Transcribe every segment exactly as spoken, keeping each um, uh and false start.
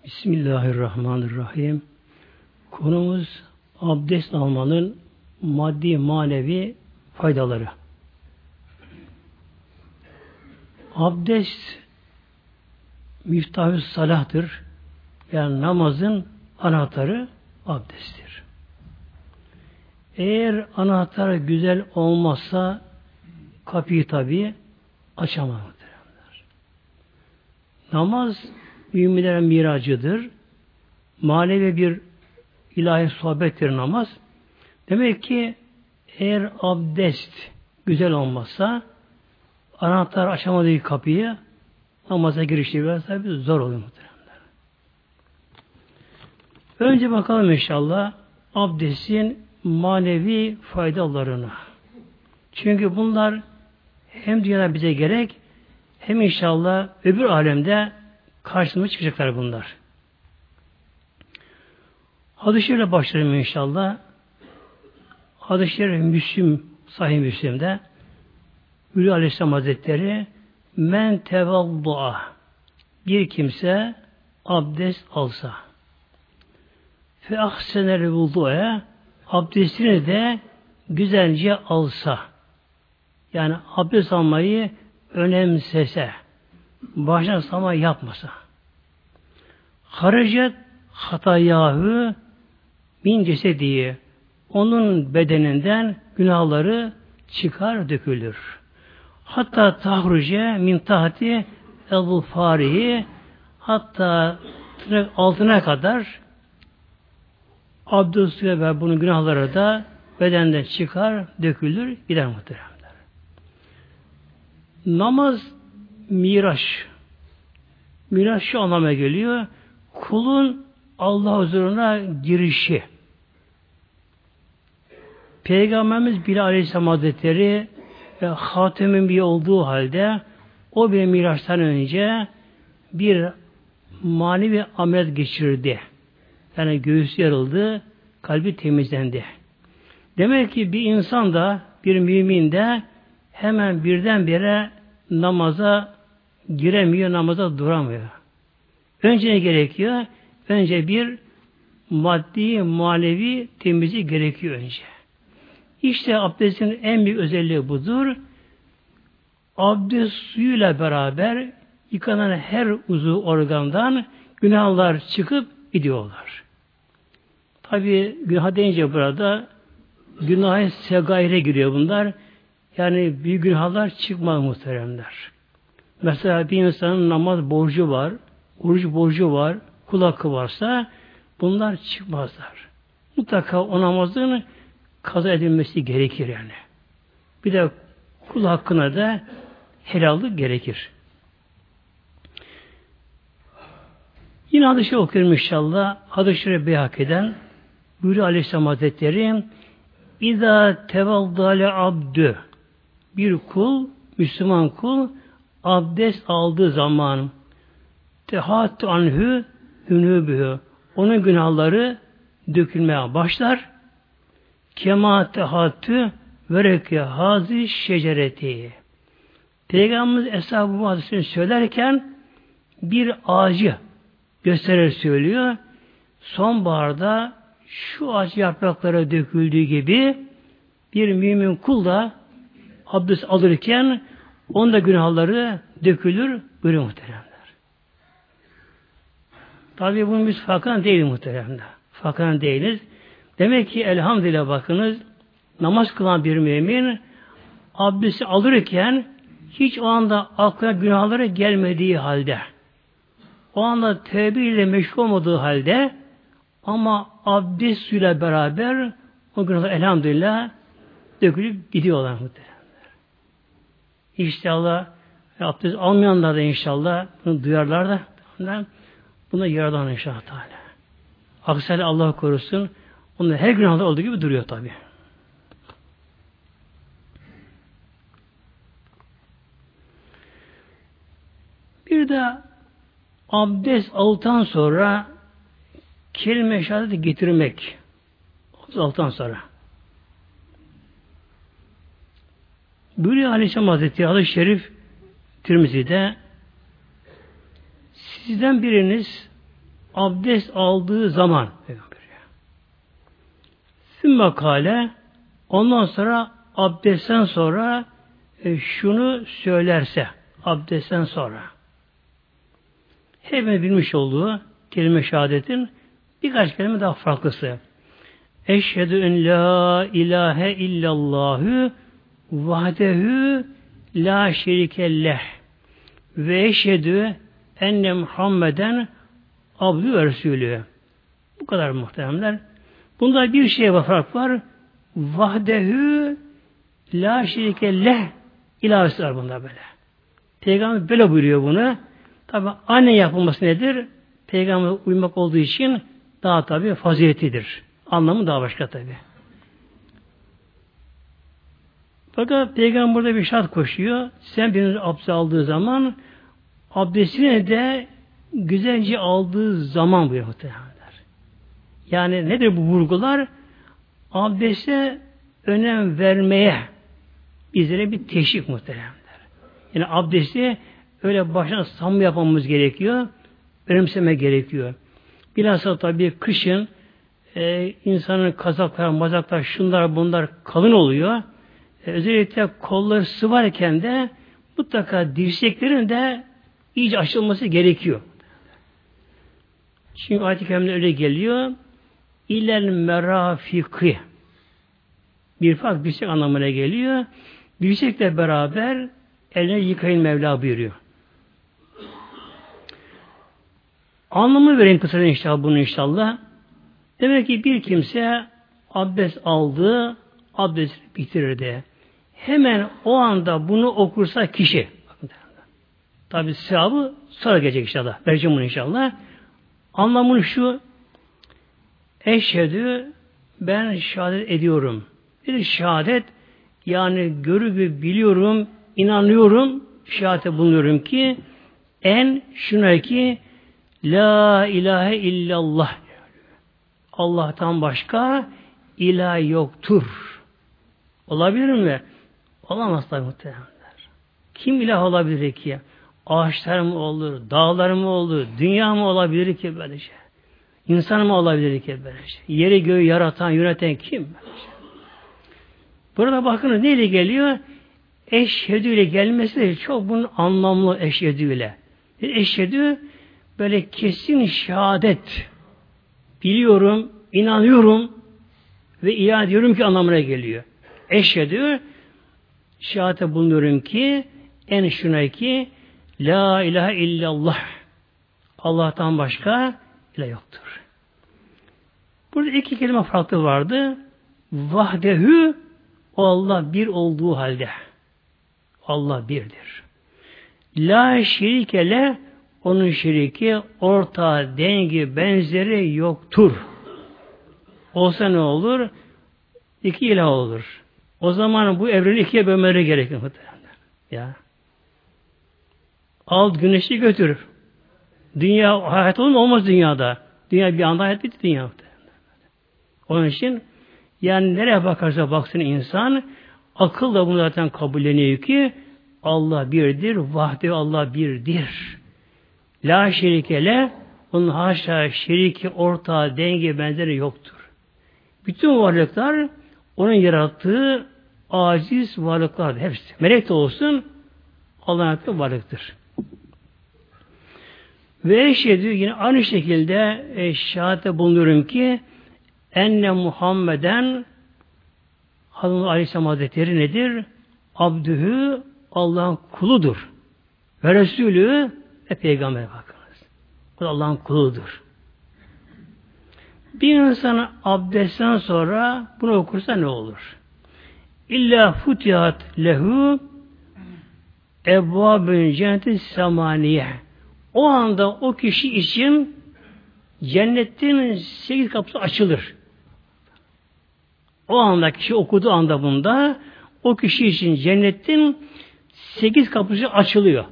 Bismillahirrahmanirrahim. Konumuz abdest almanın maddi manevi faydaları. Abdest miftahü salahtır. Yani namazın anahtarı abdesttir. Eğer anahtar güzel olmazsa kapıyı tabi açamaz. Namaz müminlerin miracıdır. Manevi bir ilahi sohbettir namaz. Demek ki eğer abdest güzel olmazsa anahtar açamadığı kapıyı namaza girişi biraz tabi zor oluyor muhtemelen. Önce bakalım inşallah abdestin manevi faydalarına. Çünkü bunlar hem dünyada bize gerek hem inşallah öbür alemde karşımıza çıkacaklar bunlar. Hadis-i şerifle başlayalım inşallah. Hadis-i şerif Müslim, Sahih Müslim'de Hülya Aleyhisselam Hazretleri men tevaddu'a bir kimse abdest alsa fe ahsenel vudu'a abdestini de güzelce alsa yani abdest almayı önemsese baştan sona yapmasa haracet hatayahü min cesediye onun bedeninden günahları çıkar dökülür. Hatta tahruce min tahti el farihi hatta altına kadar abdest ve bunun günahları da bedenden çıkar, dökülür, gider muhteremler. Namaz miraç. Miraç şu anlama geliyor. Kulun Allah huzuruna girişi. Peygamberimiz Bilal Aleyhisselam Hazretleri ve Hatem'in bir olduğu halde o bir miraçtan önce bir manevi ameliyat geçirdi. Yani göğüs yarıldı, kalbi temizlendi. Demek ki bir insan da, bir mümin de hemen birdenbire namaza giremiyor, namaza duramıyor. Önce ne gerekiyor? Önce bir maddi, manevi temizlik gerekiyor önce. İşte abdestin en büyük özelliği budur. Abdest suyuyla beraber yıkanan her uzuv organdan günahlar çıkıp gidiyorlar. Tabi günah deyince burada günah-ı segaire giriyor bunlar. Yani büyük günahlar çıkmaz muhteremler. Mesela bir insanın namaz borcu var, oruç borcu var, kul hakkı varsa bunlar çıkmazlar. Mutlaka o namazın kaza edilmesi gerekir yani. Bir de kul hakkına da helallık gerekir. Yine hadis-i okuyorum inşallah. Hadis-i şerif Beyhaki'den buyuruyor Aleyhisselam Hazretleri İzâ tevaddâle abdü bir kul, Müslüman kul abdest aldığı zaman tehattü anhü hünübühü onun günahları dökülmeye başlar. Kema tehattü vereke hazi şecereti. Peygamberimiz Eshab-ı Muhaddis'ini söylerken bir ağacı göstererek söylüyor. Sonbaharda şu ağaç yapraklara döküldüğü gibi bir mümin kul da abdest alırken onda günahları dökülür buyuruyor muhteremler. Tabi bunun biz farkında değiliz muhteremler. Farkında değiliz. Demek ki elhamdülillah bakınız namaz kılan bir mümin abdesti alırken hiç o anda aklına günahları gelmediği halde o anda tevbe ile meşgul olmadığı halde ama abdest suyla beraber o günahlar elhamdülillah dökülüp gidiyorlar muhtemelen. İnşallah abdest almayanlar da inşallah bunu duyarlar da buna yaradan inşallah Teala. Aksine Allah korusun onlar her günahda olduğu gibi duruyor tabi. Bir de abdest aldıktan sonra kelime-i şehadeti getirmek. Aldıktan sonra. Buyuruyor Aleyhisselam Hazretleri hadis-i şerif Tirmizi'de sizden biriniz abdest aldığı zaman sümme kâle ondan sonra abdestten sonra e, şunu söylerse abdestten sonra hepimiz bilmiş olduğu kelime-i şehadetin birkaç kelime daha farklısı. Eşhedü en la ilahe illallahü vahdehu la şerike leh ve eşhedü enne Muhammeden abdü ve resulü. Bu kadar muhteremler. Bunda bir şey var, fark var. Vahdehu la şerike leh ilavesi var bunda böyle. Peygamber böyle buyuruyor bunu. Tabi anne yapılması nedir? Peygamber'e uymak olduğu için daha tabi faziletidir. Anlamı daha başka tabi. Fakat Peygamber burada bir şart koşuyor. Sen birinin abdest aldığı zaman abdestini de güzelce aldığı zaman buyuruyor muhtemelenler. Yani nedir bu vurgular? Abdeste önem vermeye bizlere bir teşvik muhtemelenler. Yani abdesti öyle başına samimi yapmamız gerekiyor. Önemseme gerekiyor. Bilhassa tabii kışın e, insanın kazaklar, mazaklar, şunlar bunlar kalın oluyor. E, özellikle kolları sıvarken de mutlaka dirseklerin de iyice açılması gerekiyor. Çünkü ayet-i kerimde öyle geliyor. İlel merafiki. Bir fark dirsek anlamına geliyor. Dirsekle beraber elini yıkayın Mevla buyuruyor. Anlamı vereyim kısaca inşallah bunu inşallah. Demek ki bir kimse abdest aldı, abdest bitirirdi. Hemen o anda bunu okursa kişi, tabi sevabı sonra gelecek inşallah. Vereceğim bunu inşallah. Anlamı şu, eşhedü ben şehadet ediyorum. Bir şehadet yani görüp biliyorum, inanıyorum, şehadete bulunuyorum ki en şuna ki la ilahe illallah. Allah'tan başka ilah yoktur. Olabilir mi? Olamaz tabi muhtemelenler. Kim ilah olabilir ki? Ağaçlar mı olur? Dağlar mı olur? Dünya mı olabilir ki böylece? İnsan mı olabilir ki böylece? Yeri göğü yaratan, yöneten kim böylece? Burada bakın neyle geliyor? Eşhedü ile gelmesi de çok bunun anlamlı eşhedü ile. Eşhedü böyle kesin şehadet biliyorum, inanıyorum ve ilan ediyorum ki anlamına geliyor. Eşhedü şehadete bulunuyorum ki en şuna ki la ilahe illallah. Allah'tan başka ilah yoktur. Burada iki kelime farklı vardı. Vahdehu o Allah bir olduğu halde. Allah birdir. La şerike le onun şeriki, ortağı, dengi, benzeri yoktur. Olsa ne olur? İki ilah olur. O zaman bu evreni ikiye bölmeleri gerekir. Ya. Al güneşi götür. Dünya hayat olur mu? Olmaz dünyada. Dünya bir anda hayat bitti dünya. Onun için yani nereye bakarsa baksın insan akıl da bunu zaten kabulleniyor ki Allah birdir, vahde Allah birdir. La şerikele onun haşa şeriki, ortağı, denge, benzeri yoktur. Bütün varlıklar onun yarattığı aciz varlıklardır. Hepsi. Melek de olsun Allah'ın yarattığı varlıktır. Ve eşhedü yine aynı şekilde e, şehadete bulunuyorum ki enne Muhammeden Hazreti Aleyhisselam Hazretleri nedir? Abdühü Allah'ın kuludur. Ve Resulü ve Peygamber bakınız. Bu da Allah'ın kuludur. Bir insan abdestten sonra bunu okursa ne olur? İlla futihat lehu ebbâbün cenneti semaniye. O anda o kişi için cennetin sekiz kapısı açılır. O anda kişi okuduğu anda bunda o kişi için cennetin sekiz kapısı açılıyor.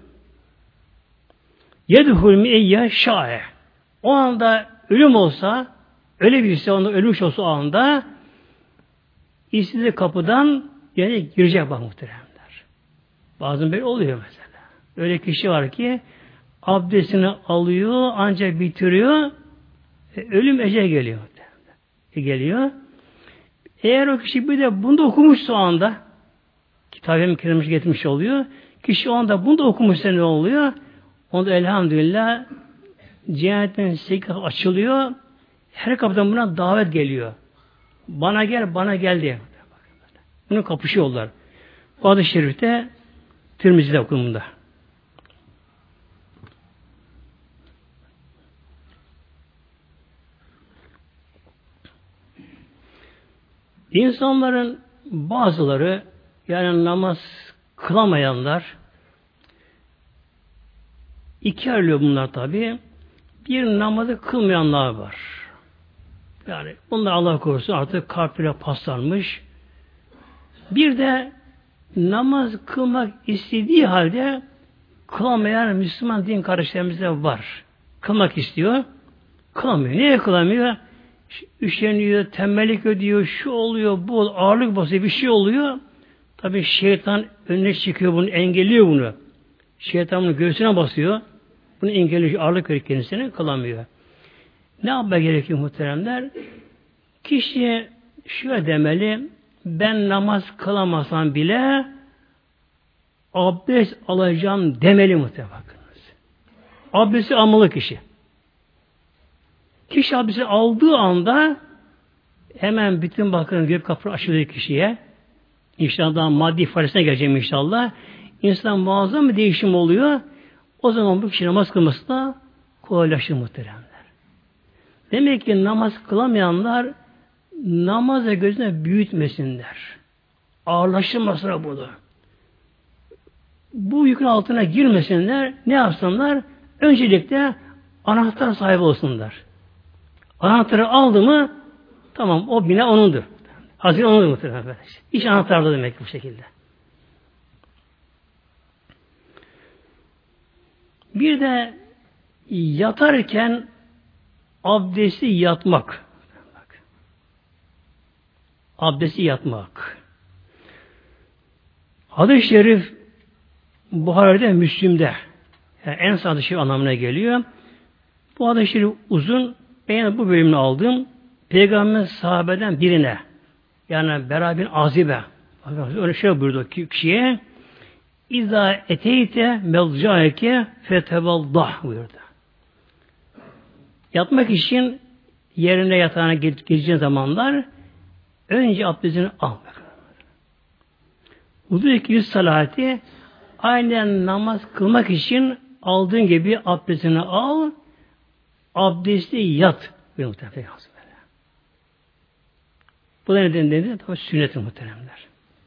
Yedhul miyye şa'e. O anda ölüm olsa, öyle birisi onda ölmüş olsa o anda istediği kapıdan yani girecek bak muhteremler. Bazen böyle oluyor mesela. Öyle kişi var ki abdestini alıyor, ancak bitiriyor, E, ölüm ecel geliyor. E, geliyor. Eğer o kişi bir de bunu da okumuşsa o anda, kitabı kerimmiş getirmiş oluyor. Kişi o anda bunu da okumuşsa ne oluyor? Onda elhamdülillah cennetin sekiz açılıyor. Her kapıdan buna davet geliyor. Bana gel, bana gel diye. Bunu kapışıyorlar. Bu hadis-i şerifte Tirmizi'de okumunda. İnsanların bazıları, yani namaz kılamayanlar, iki ayrılıyor bunlar tabi. Bir, namazı kılmayanlar var. Yani bunlar Allah korusun artık kalpleri paslanmış. Bir de namaz kılmak istediği halde kılamayan Müslüman din kardeşlerimiz de var. Kılmak istiyor, kılamıyor. Niye kılamıyor? Üşeniyor, tembellik ediyor, şu oluyor, bu ağırlık basıyor, bir şey oluyor. Tabi şeytan önüne çıkıyor, bunu engelliyor bunu. Şeytan bunu göğsüne basıyor. Bunu engelliyor, ağırlık veriyor kendisine, kılamıyor. Ne yapma gerekiyor muhteremler? Kişi şöyle demeli, ben namaz kılamasam bile abdest alacağım demeli muhterem bakınız. Abdesti almalı kişi. Kişi abdesti aldığı anda hemen bütün bakın gök kapıları açılıyor kişiye. İnşallah maddi ifadesine geleceğim inşallah. İnsan muazzam bir değişim oluyor. O zaman bu kişi namaz kılması da kolaylaşır muhteremler. Demek ki namaz kılamayanlar namaza gözüne büyütmesinler. Ağırlaştırmasınlar bunu. Bu yükün altına girmesinler. Ne yapsınlar? Öncelikle anahtar sahibi olsunlar. Anahtarı aldı mı tamam o bina onundur. Hazine onundur muhtemelen. İş anahtarda demek bu şekilde. Bir de yatarken abdesti yatmak. Abdesti yatmak. Hadis-i şerif Buhari'de, Müslim'de. Yani en sağ şey anlamına geliyor. Bu hadis-i şerif uzun. Ben bu bölümünü aldım. Peygamber sahabeden birine, yani Bera bin Azibe, öyle şey buyurdu kişiye, İzâ eteyte melcaeke fetevaldah buyurdu. Yatmak için yerine yatağına gireceğin zamanlar önce abdestini al. Vudu-i yüz salati aynen namaz kılmak için aldığın gibi abdestini al, abdesti yat. Bu da neden dedi? Tabi sünnet-i muhteremler.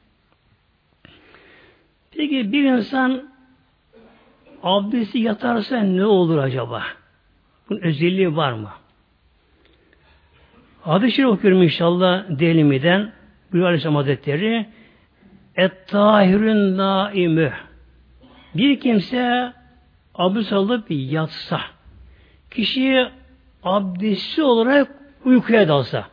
Peki bir insan abdesti yatarsa ne olur acaba? Bunun özelliği var mı? Hadis-i şerif okuyorum inşallah Delimi'den. Buyuruyor Aleyhisselam Hazretleri Et-tahirün naimü. Bir kimse abdest alıp yatsa, kişi abdestli olarak uykuya dalsa.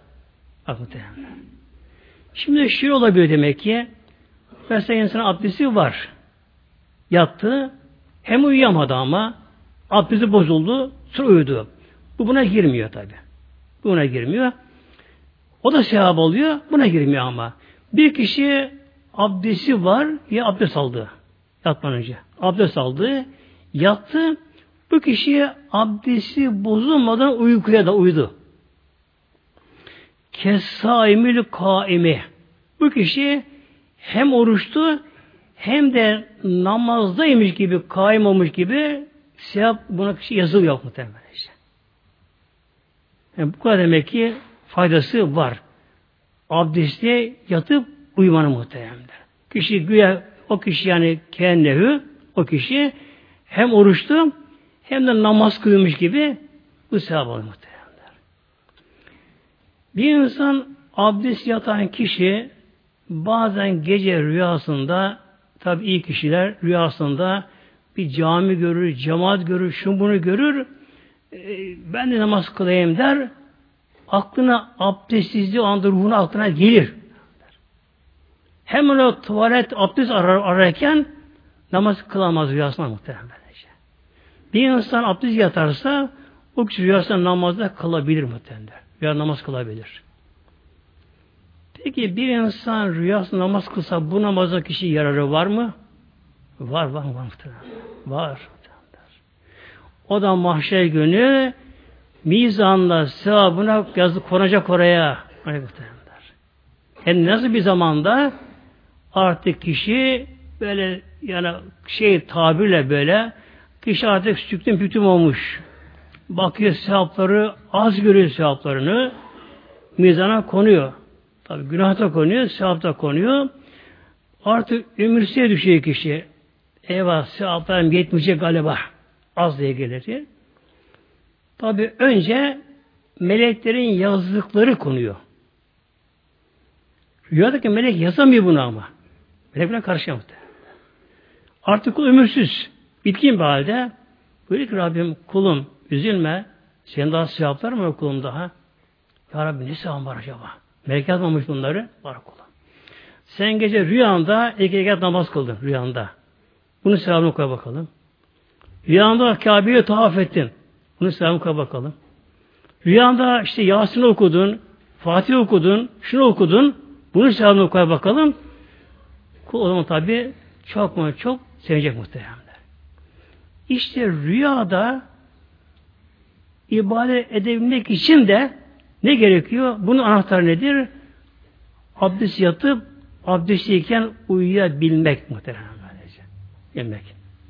Şimdi şöyle olabilir demek ki, mesela insan abdesti var. Yattı, hem uyuyamadı ama abdesti bozuldu, sonra uyudu. Bu buna girmiyor tabi. Buna girmiyor. O da sevap oluyor, buna girmiyor ama. Bir kişi abdesti var, ya abdest aldı. Yatmadan önce. Abdest aldı, yattı. Bu kişi abdesti bozulmadan uykuya da uyudu. Kesaimül kaimi. Bu kişi hem oruçtu hem de namazdaymış gibi, kaim olmuş gibi sevap buna kişi yazılıyor muhtemelen. Yani bu kadar demek ki faydası var. Abdestte yatıp uyumanın muhteremler. Kişi güya o kişi yani kendileri o kişi hem oruçlu hem de namaz kılmış gibi bu sevap alır muhteremler. Bir insan abdest yatan kişi bazen gece rüyasında, tabi iyi kişiler rüyasında bir cami görür, cemaat görür, şunu bunu görür, e, ben de namaz kılayım der, aklına abdestsizliği o anda ruhuna aklına gelir. Hemen o tuvalet abdest arar, ararken namaz kılamaz rüyasına muhtemelen. Bir insan abdest yatarsa O kişi rüyasında namazda kılabilir muhtemelen. Rüya namaz kılabilir. Peki bir insan rüyasında namaz kılsa bu namaza kişi yararı var mı? Var, var, var muhtemelen. Var. O da mahşer günü mizanla sevabına yazı konacak oraya. Hem nasıl bir zamanda artık kişi böyle yani şey tabirle böyle kişi artık süktüm pütüm olmuş. Bakıyor sevapları az görüyor sevaplarını mizana konuyor. Tabi günah da konuyor, sevap da konuyor. Artık ümürsüye düşüyor kişi. Eyvah sevaplarım yetmeyecek galiba. Az diye gelir. Tabi önce meleklerin yazdıkları konuyor. Rüyadaki melek yazamıyor bunu ama. Melekler karışamıyor. Artık kul ömürsüz. Bitkin bir halde. Böyle ki Rabbim kulum üzülme. Senin daha sevaplar mı kulum daha? Ya Rabbi ne sevap var acaba? Melek yazmamış bunları. Var kulum. Sen gece rüyanda iki rekat namaz kıldın rüyanda. Bunun sevabını koy bakalım. Rüyanda Kabe'ye tavaf ettin. Bunun sevabını koy bakalım. Rüyanda işte Yasin'i okudun, Fatih okudun, şunu okudun. Bunun sevabını koy bakalım. Kul o zaman tabi çok mu çok sevecek muhtemelen. İşte rüyada ibadet edebilmek için de ne gerekiyor? Bunun anahtarı nedir? Abdest yatıp abdestliyken uyuyabilmek muhtemelen. Yemek.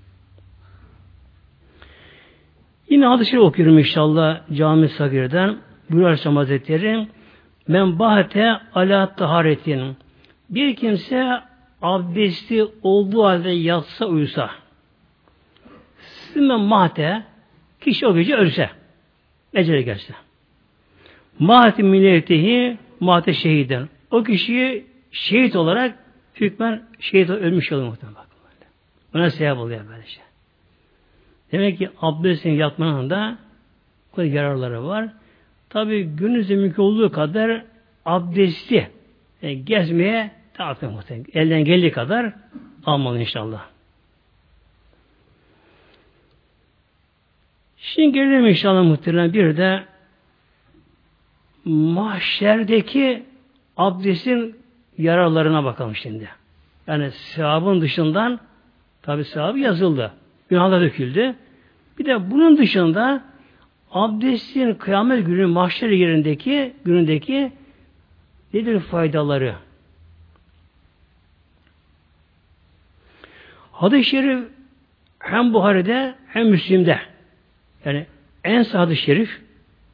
Yine hadis-i şerif okuyorum inşallah Cami-i Sagir'den. Buyuruyor Aleyhisselam Hazretleri men bahete ala taharetin bir kimse abdesti olduğu halde yatsa uyusa sümme mahte kişi o gece ölse ecele gelse mahte milletihi mahte şehiden o kişiyi şehit olarak hükmen şehit ölmüş olur muhtemelen. Buna sevap oluyor böylece. Demek ki abdestin yatmanın da bu kadar yararları var. Tabi günümüzde mümkün olduğu kadar abdesti yani gezmeye dağıtmak muhtemelen. Elden geldiği kadar almalı inşallah. Şimdi gelelim inşallah muhtemelen bir de mahşerdeki abdestin yararlarına bakalım şimdi. Yani sevabın dışından tabi sevabı yazıldı. Günahlar döküldü. Bir de bunun dışında abdestin kıyamet günü mahşer yerindeki günündeki nedir faydaları? Hadis-i şerif hem Buhari'de hem Müslim'de yani en sahih hadis-i şerif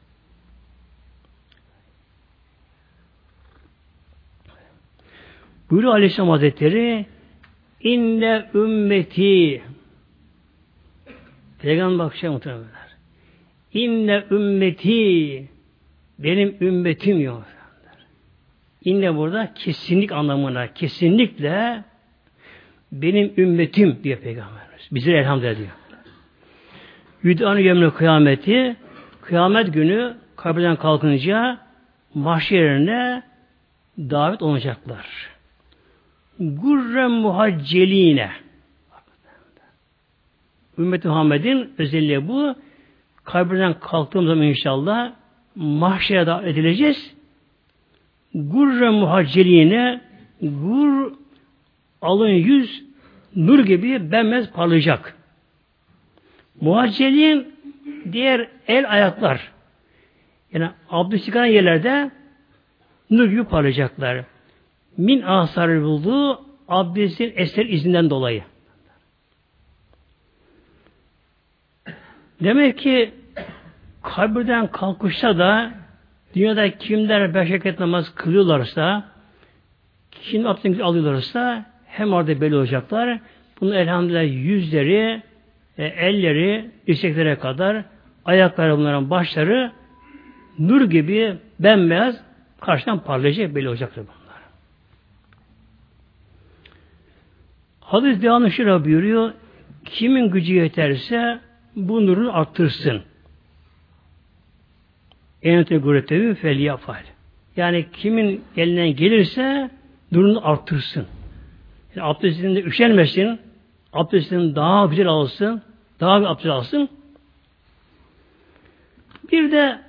buyuruyor Aleyhisselam Hazretleri inne ümmeti Peygamber bakışa muhtemelenler. İnne ümmeti benim ümmetim yok. İnne burada kesinlik anlamına kesinlikle benim ümmetim diyor Peygamberimiz. Bize elhamdülillah diyor. Yüd'anü yemle kıyameti kıyamet günü kabirden kalkınca mahşerine davet olacaklar. Gurren muhacceline Ümmet-i Muhammed'in özelliği bu. Kabirden kalktığımız zaman inşallah mahşere davet edileceğiz. Gurre muhacceline gur alın yüz nur gibi bembeyaz parlayacak. Muhaccelin diğer el ayaklar yani abdest çıkan yerlerde nur gibi parlayacaklar. Min asarı bulduğu abdestin eser izinden dolayı. Demek ki kabirden kalkışta da dünyada kimler beş rekat namaz kılıyorlarsa kim abdestini alıyorlarsa hem orada belli olacaklar. Bunun elhamdülillah yüzleri, elleri, dirseklere kadar ayakları bunların başları nur gibi bembeyaz karşıdan parlayacak belli olacaktır bunlar. Hadis devamlı şöyle buyuruyor. Kimin gücü yeterse bu nurunu arttırsın. Enete guretevi fel yafal. Yani kimin elinden gelirse nurunu arttırsın. Yani abdestinde üşenmesin, abdestini daha güzel alsın, daha bir abdest alsın. Bir de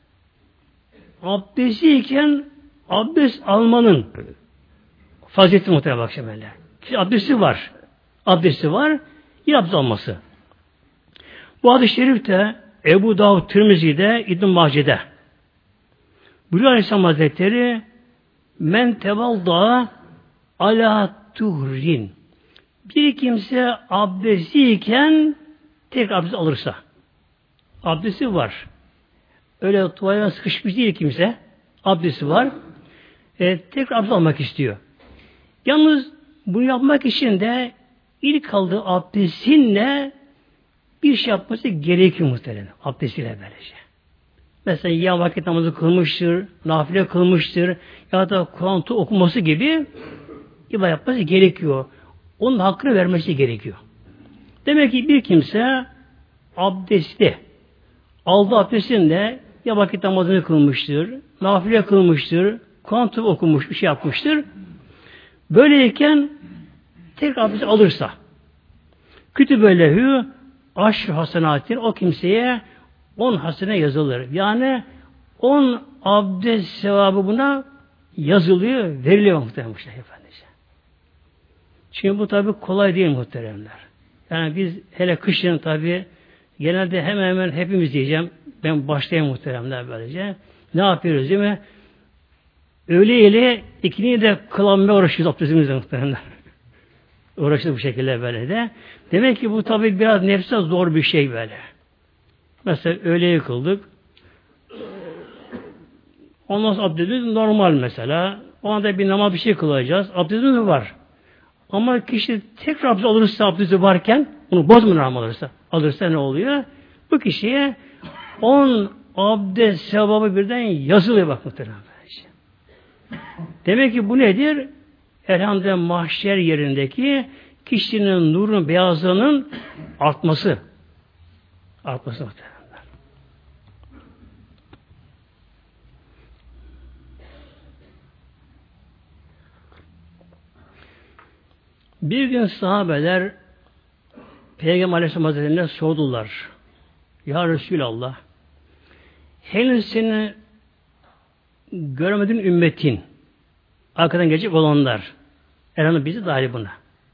abdestliyken abdest almanın fazileti muhtemelen bak şimdi. Şimdi abdesti var. Abdesti var. Yine abdest alması. Bu hadis-i şerif de Ebu Davud Tirmizi'de, İbn-i Mace'de. Buyuruyor Aleyhisselam Hazretleri men tevalda ala tuhrin. Bir kimse abdestliyken tek abdest alırsa. Abdesti var. Öyle tuvalete sıkışmış değil kimse. Abdesti var. E, tekrar abdest almak istiyor. Yalnız bunu yapmak için de ilk aldığı abdestinle bir şey yapması gerekiyor muhtemelen. Abdestiyle böylece. Mesela ya vakit namazı kılmıştır, nafile kılmıştır, ya da Kur'an okuması gibi ibadet yapması gerekiyor. Onun hakkını vermesi gerekiyor. Demek ki bir kimse abdesti aldığı abdestinde ya vakit namazını kılmıştır, nafile kılmıştır, Kur'an okumuş, bir şey yapmıştır. Böyleyken tek abdest alırsa kütübelehü aşr hasenatin o kimseye on hasene yazılır. Yani on abdest sevabı buna yazılıyor, veriliyor muhtemelen efendisi. Çünkü bu tabi kolay değil muhteremler. Yani biz hele kışın tabi genelde hemen hemen hepimiz diyeceğim, ben başlayayım muhteremler böylece. Ne yapıyoruz değil mi? Öğleyle ikiniyi de kılanmaya uğraşıyoruz abdestimizle muhteremler. Uğraşıyoruz bu şekilde böyle de. Demek ki bu tabi biraz nefse zor bir şey böyle. Mesela öğleyi kıldık. Ondan sonra abdestimiz normal mesela. O anda bir namaz bir şey kılacağız. Abdestimiz var. Ama kişi tekrar abdest alırsa abdesti varken bunu bozmadan alırsa alırsa ne oluyor? Bu kişiye on abdest sevabı birden yazılıyor bak muhtemelen. Demek ki bu nedir? Elhamdülillah mahşer yerindeki kişinin nurun beyazlığının artması. Artması muhtemelen. Bir gün sahabeler Peygamber Aleyhisselam Hazretleri'ne sordular. Ya Resulallah, henüz seni görmediğin ümmetin, arkadan gelecek olanlar, herhalde bizi dahil buna.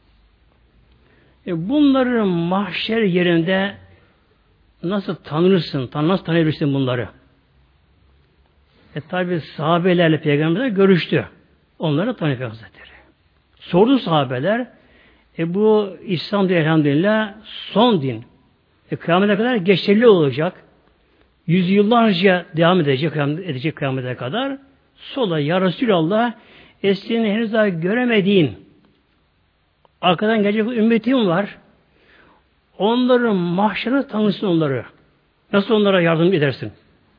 E bunları mahşer yerinde nasıl tanırsın, nasıl tanıyabilirsin bunları? E tabi sahabelerle Peygamber'le görüştü. Onları tanıyor Hazretleri. Sordu sahabeler, e bu İslam diye elhamdülillah son din. E kıyamete kadar geçerli olacak. Yüzyıllarca devam edecek, edecek kıyamete kadar. Sola ya Resulallah, e senin henüz daha göremediğin arkadan gelecek ümmetim var. Onların mahşerine tanısın onları. Nasıl onlara yardım edersin?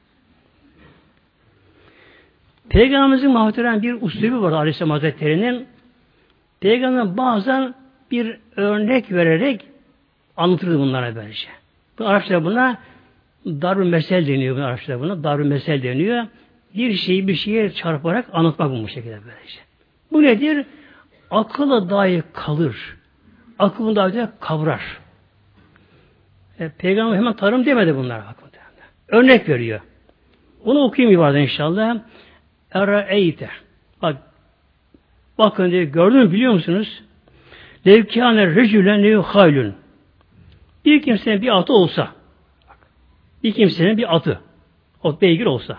Peygamberimizin muhterem bir uslubu var Aleyhisselam Hazretleri'nin. Peygamber bazen bir örnek vererek anlatırdı bunlara böylece. Bu Arapçada buna darül mesel deniyor. Bu Arapçada buna darül mesel deniyor. Bir şeyi bir şeye çarparak anlatmak bu şekilde böylece. Bu nedir? Akıla dahi kalır. Akılın dahi kavrar. E, Peygamber hemen tarım demedi bunlar. Örnek veriyor. Onu okuyayım ibadet inşallah. Eraeyte. Bak, bakın diye gördün mü biliyor musunuz? Levkâne recülen levhaylün. Bir kimsenin bir atı olsa, bir kimsenin bir atı, o beygir olsa,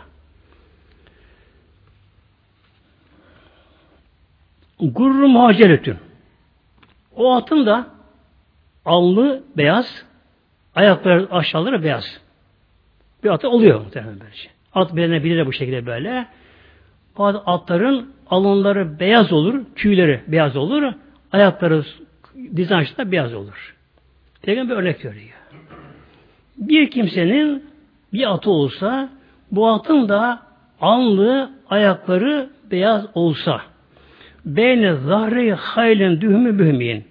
gurru muhaceretün. O atın da alnı beyaz, ayakları aşağıları beyaz. Bir atı oluyor muhtemelen böylece. At beğenebilir bu şekilde böyle. Bazı atların alınları beyaz olur, tüyleri beyaz olur, ayakları dizin aşağıda beyaz olur. Peygamber örnek veriyor. Bir kimsenin bir atı olsa, bu atın da alnı, ayakları beyaz olsa, beyne zahre-i haylen dühmü bühmeyin.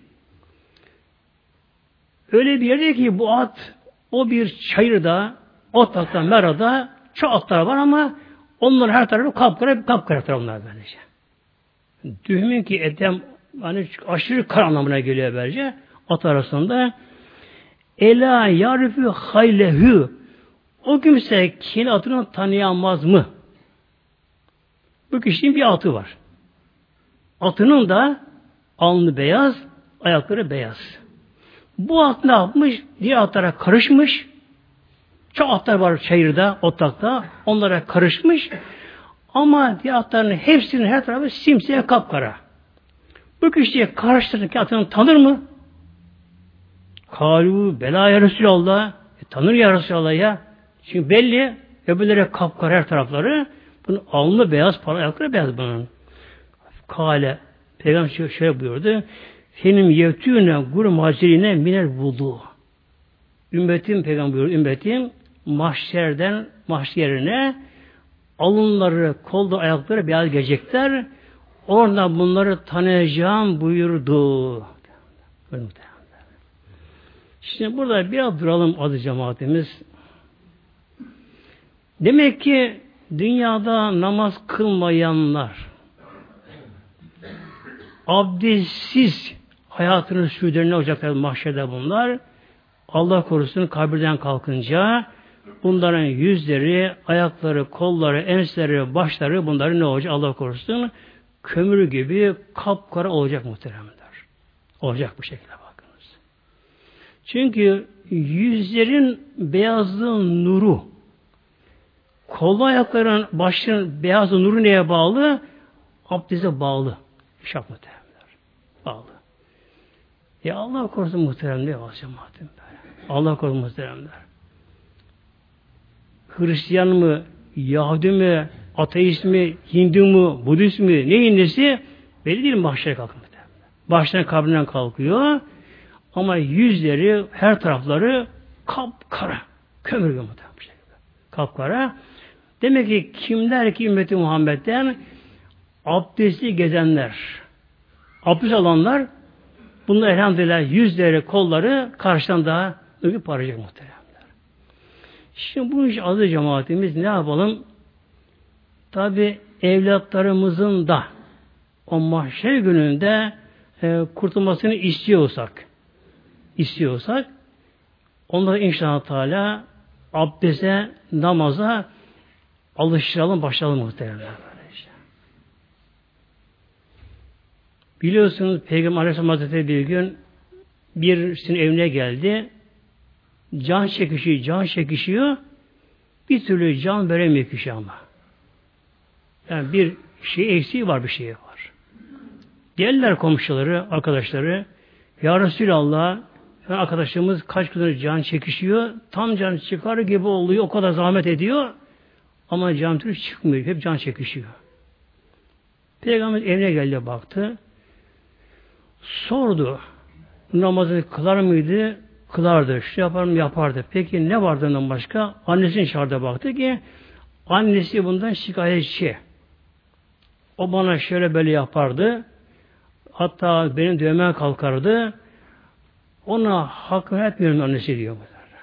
Öyle bir yerde ki bu at, o bir çayırda, otlakta, merada çok atlar var ama onlar her tarafı kapkara, kapkara onlar böylece. Dühmün ki etem hani aşırı kar anlamına geliyor böylece. At arasında ela yarifu haylehü, O kimse kendi atını tanıyamaz mı? Bu kişinin bir atı var. Atının da alnı beyaz, ayakları beyaz. Bu at ne yapmış? Diğer atlara karışmış. Çok atlar var çayırda, otlakta. Onlara karışmış. Ama diğer atların hepsinin her tarafı simsiyah kapkara. Bu kişiye karıştırırken atını tanır mı? Kalu bela ya Resulallah. E, tanır ya Resulallah ya. Çünkü belli öbürlere kapkara her tarafları. Bunun alnı beyaz, para ayakları beyaz bunun. Kale Peygamber şöyle buyurdu. Senin yevtüne gur macirine minel vudu. Ümmetim Peygamber buyurdu. Ümmetim mahşerden mahşerine alınları, kolda ayakları beyaz gelecekler. Oradan bunları tanıyacağım buyurdu. Şimdi burada biraz duralım aziz cemaatimiz. Demek ki dünyada namaz kılmayanlar, abdestsiz hayatını sürdürene olacaklar mahşerde bunlar. Allah korusun kabirden kalkınca bunların yüzleri, ayakları, kolları, ensleri, başları bunların ne olacak Allah korusun? Kömür gibi kapkara olacak muhteremler. Olacak bu şekilde bakınız. Çünkü yüzlerin beyazlığı nuru, kol ayakların başının beyazlığı nuru neye bağlı? Abdeste bağlı. Şak muhteremler. Bağlı. Ya Allah korusun muhterem ne var cemaatim böyle. Allah korusun muhteremler. Hristiyan mı, Yahudi mi, ateist mi, Hindu mu, Budist mi, neyin nesi belli değil mahşere kalkıyor. Baştan kabrinden kalkıyor ama yüzleri, her tarafları kapkara. Kömür gibi muhtemelen bir şekilde. Kapkara. Demek ki kimler ki ümmeti Muhammed'den abdestli gezenler, abdest alanlar bunlar elhamdülillah yüzleri, kolları karşıdan daha öbür paracak muhtemelen. Şimdi bu iş aziz cemaatimiz ne yapalım? Tabi evlatlarımızın da o mahşer gününde e, kurtulmasını istiyorsak istiyorsak onları inşallah Teala abdeste, namaza alıştıralım, başlayalım muhtemelen. Biliyorsunuz Peygamber Aleyhisselam Hazretleri bir gün birisinin evine geldi. Can çekişiyor, can çekişiyor. Bir türlü can veremiyor kişi ama. Yani bir şey eksiği var, bir şey var. Geldiler komşuları, arkadaşları. Ya Resulallah, arkadaşımız kaç gündür can çekişiyor. Tam can çıkar gibi oluyor. O kadar zahmet ediyor. Ama can türlü çıkmıyor. Hep can çekişiyor. Peygamber evine geldi baktı. Sordu. Namazı kılar mıydı? Kılardı. Şu yapar mı? Yapardı. Peki ne vardı ondan başka? Annesinin çağırdı baktı ki annesi bundan şikayetçi. O bana şöyle böyle yapardı. Hatta benim dövmeye kalkardı. Ona hakkını etmiyorum annesi diyor.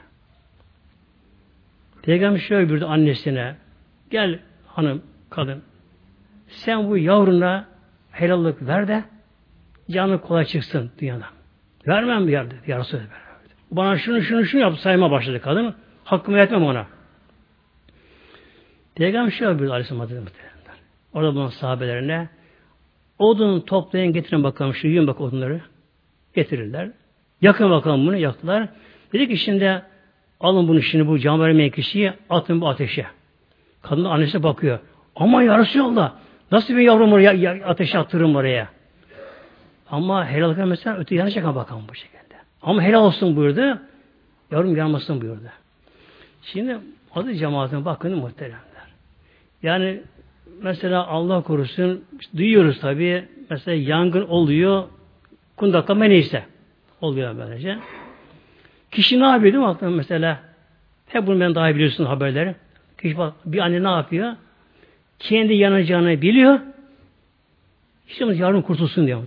Peygamber şöyle buyurdu annesine. Gel hanım, kadın. Sen bu yavruna helallik ver de canı kolay çıksın dünyada. Vermem bir yerde. Yarısı öyle. Bana şunu şunu şunu yap sayma başladı kadın. Hakkımı etmem ona. Peygamber şöyle buyurdu Aleyhisselam Hazretleri. Orada bulunan sahabelerine odun toplayın getirin bakalım şu yiyin bak odunları. Getirirler. Yakın bakalım bunu yaktılar. Dedi ki şimdi alın bunu şimdi bu can vermeyen kişiyi atın bu ateşe. Kadın da annesine bakıyor. Ama ya Resulallah nasıl bir yavrum oraya ya, ateşe attırırım oraya. Ama helal mesela öte yanacak bakalım bu şekilde. Ama helal olsun buyurdu. Yavrum yanmasın buyurdu. Şimdi adı cemaatine bakın muhteremler. Yani mesela Allah korusun duyuyoruz tabii. Mesela yangın oluyor. Kundaklama neyse. Oluyor böylece. Kişi ne yapıyor değil mi aklına mesela? Hep bunu ben daha iyi biliyorsun haberleri. Kişi bak bir anne ne yapıyor? Kendi yanacağını biliyor. İşte yarın kurtulsun diyor.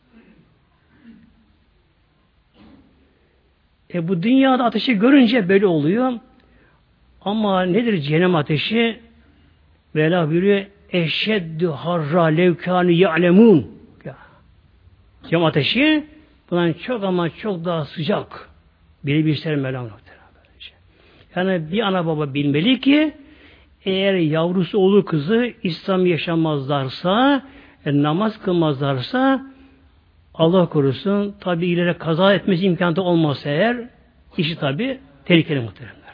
E bu dünyada ateşi görünce böyle oluyor. Ama nedir cehennem ateşi? Vela buyuruyor eşeddü harra levkânü ya'lemûn. Cehennem ateşi bundan çok ama çok daha sıcak. Biri bir şey Mevlam. Yani bir ana baba bilmeli ki eğer yavrusu oğlu kızı İslam yaşamazlarsa, e, namaz kılmazlarsa Allah korusun tabi ileri kaza etmesi imkanı olmazsa eğer işi tabi tehlikeli muhteremler.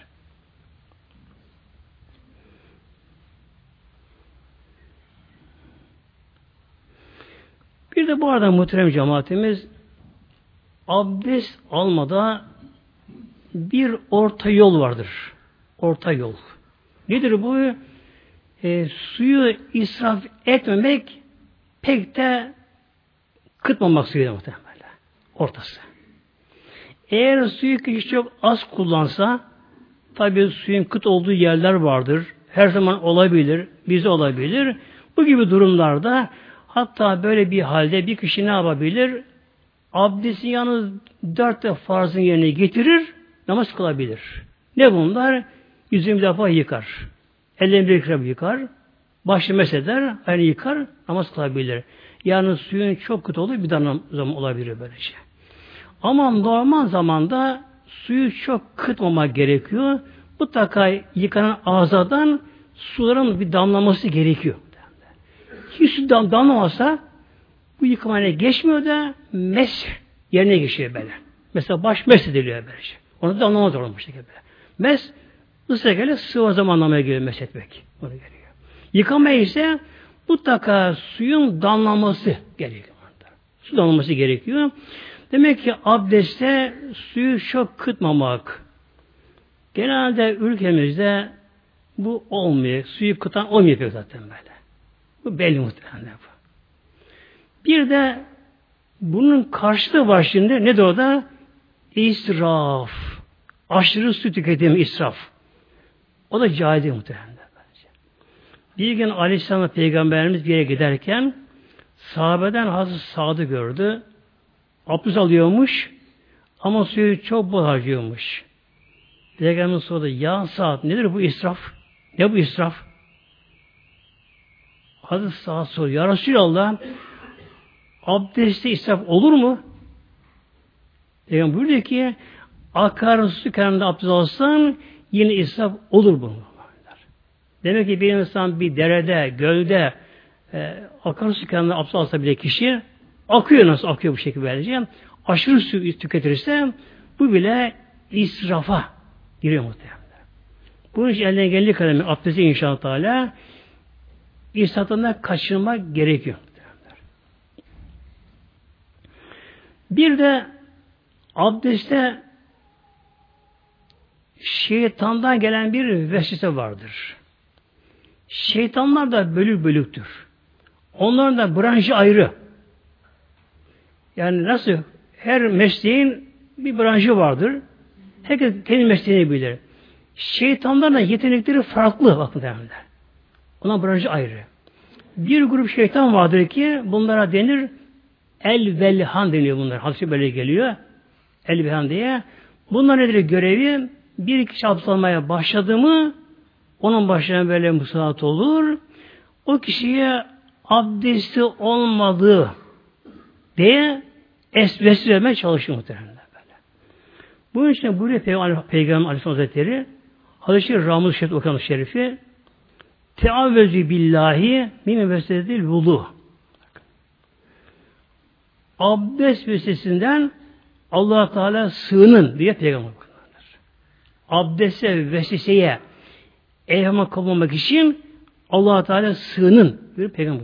Bir de bu arada muhterem cemaatimiz abdest almada bir orta yol vardır. Orta yol. Nedir bu? E, suyu israf etmemek pek de kıtmamak suyu muhtemelen. Ortası. Eğer suyu kişi çok az kullansa tabi suyun kıt olduğu yerler vardır. Her zaman olabilir. Bize olabilir. Bu gibi durumlarda hatta böyle bir halde bir kişi ne yapabilir? Abdestin yalnız dört de farzın yerine getirir, namaz kılabilir. Ne bunlar? Yüzünü bir defa yıkar. Ellerini bir kere yıkar. Başı mesheder, aynı yıkar, namaz kılabilir. Yani suyun çok kötü olduğu bir zaman olabilir böylece. Ama normal zamanda suyu çok kıtmamak gerekiyor. Mutlaka yıkanan ağzadan suların bir damlaması gerekiyor. Hiç su dam damlamasa bu yıkamaya geçmiyor da mes yerine geçiyor böyle. Mesela baş mes ediliyor böylece. Onu damlamaz olmuş böyle. Mes ıslak ile sıvı zaman anlamaya geliyor mes etmek. Onu geliyor. Yıkamaya ise mutlaka suyun damlaması gerekiyor. Su damlaması gerekiyor. Demek ki abdestte suyu çok kıtmamak. Genelde ülkemizde bu olmuyor. Suyu kıtan olmuyor zaten böyle. Bu belli muhtemelen bu. Bir de bunun karşılığı var şimdi. Nedir o da? İsraf. Aşırı su tüketimi israf. O da caiz muhtemelen. Bir gün Aleyhisselam Peygamberimiz bir yere giderken sahabeden Hazreti Sa'd'ı gördü. Abdest alıyormuş ama suyu çok bol harcıyormuş. Peygamberimiz sordu, ya Sa'd nedir bu israf? Ne bu israf? Hazreti Sa'd soruyor, ya Resulallah abdestte israf olur mu? Peygamber buyuruyor ki akarsu kenarında abdest alsan yine israf olur bu. Demek ki bir insan bir derede, gölde e, akarsu kenarında abdest alsa bile kişi akıyor, nasıl akıyor bu şekilde böylece. Aşırı su tüketirse bu bile israfa giriyor muhtemelen. Bunun için elinden geldiği kadar abdesti inşallah Teala israftan kaçınmak gerekiyor. Bir de abdestte şeytandan gelen bir vesvese vardır. Şeytanlar da bölük bölüktür. Onların da branşı ayrı. Yani nasıl? Her mesleğin bir branşı vardır. Herkes kendi mesleğini bilir. Şeytanların da yetenekleri farklı. Bakın derler. Ona branşı ayrı. Bir grup şeytan vardır ki bunlara denir el-velhan deniyor bunlar. Hadis-i böyle geliyor. El-velhan diye. Bunlar nedir görevi? Bir kişi abdest almaya başladı mı onun başına böyle musallat olur. O kişiye abdesti olmadığı diye esvesi vermeye çalışıyor muhtemelen böyle. Bunun için buyuruyor Peygamber, Peygamber Aleyhisselam Hazretleri Hazreti Ramuz Şerif okuyan şerifi Teavvezü billahi min vesedil vudu. Abdest vesvesesinden Allah Teala sığının diye Peygamber okuyor. Abdeste vesveseye evhama kapılmamak için Allah Teala sığının bir Peygamber.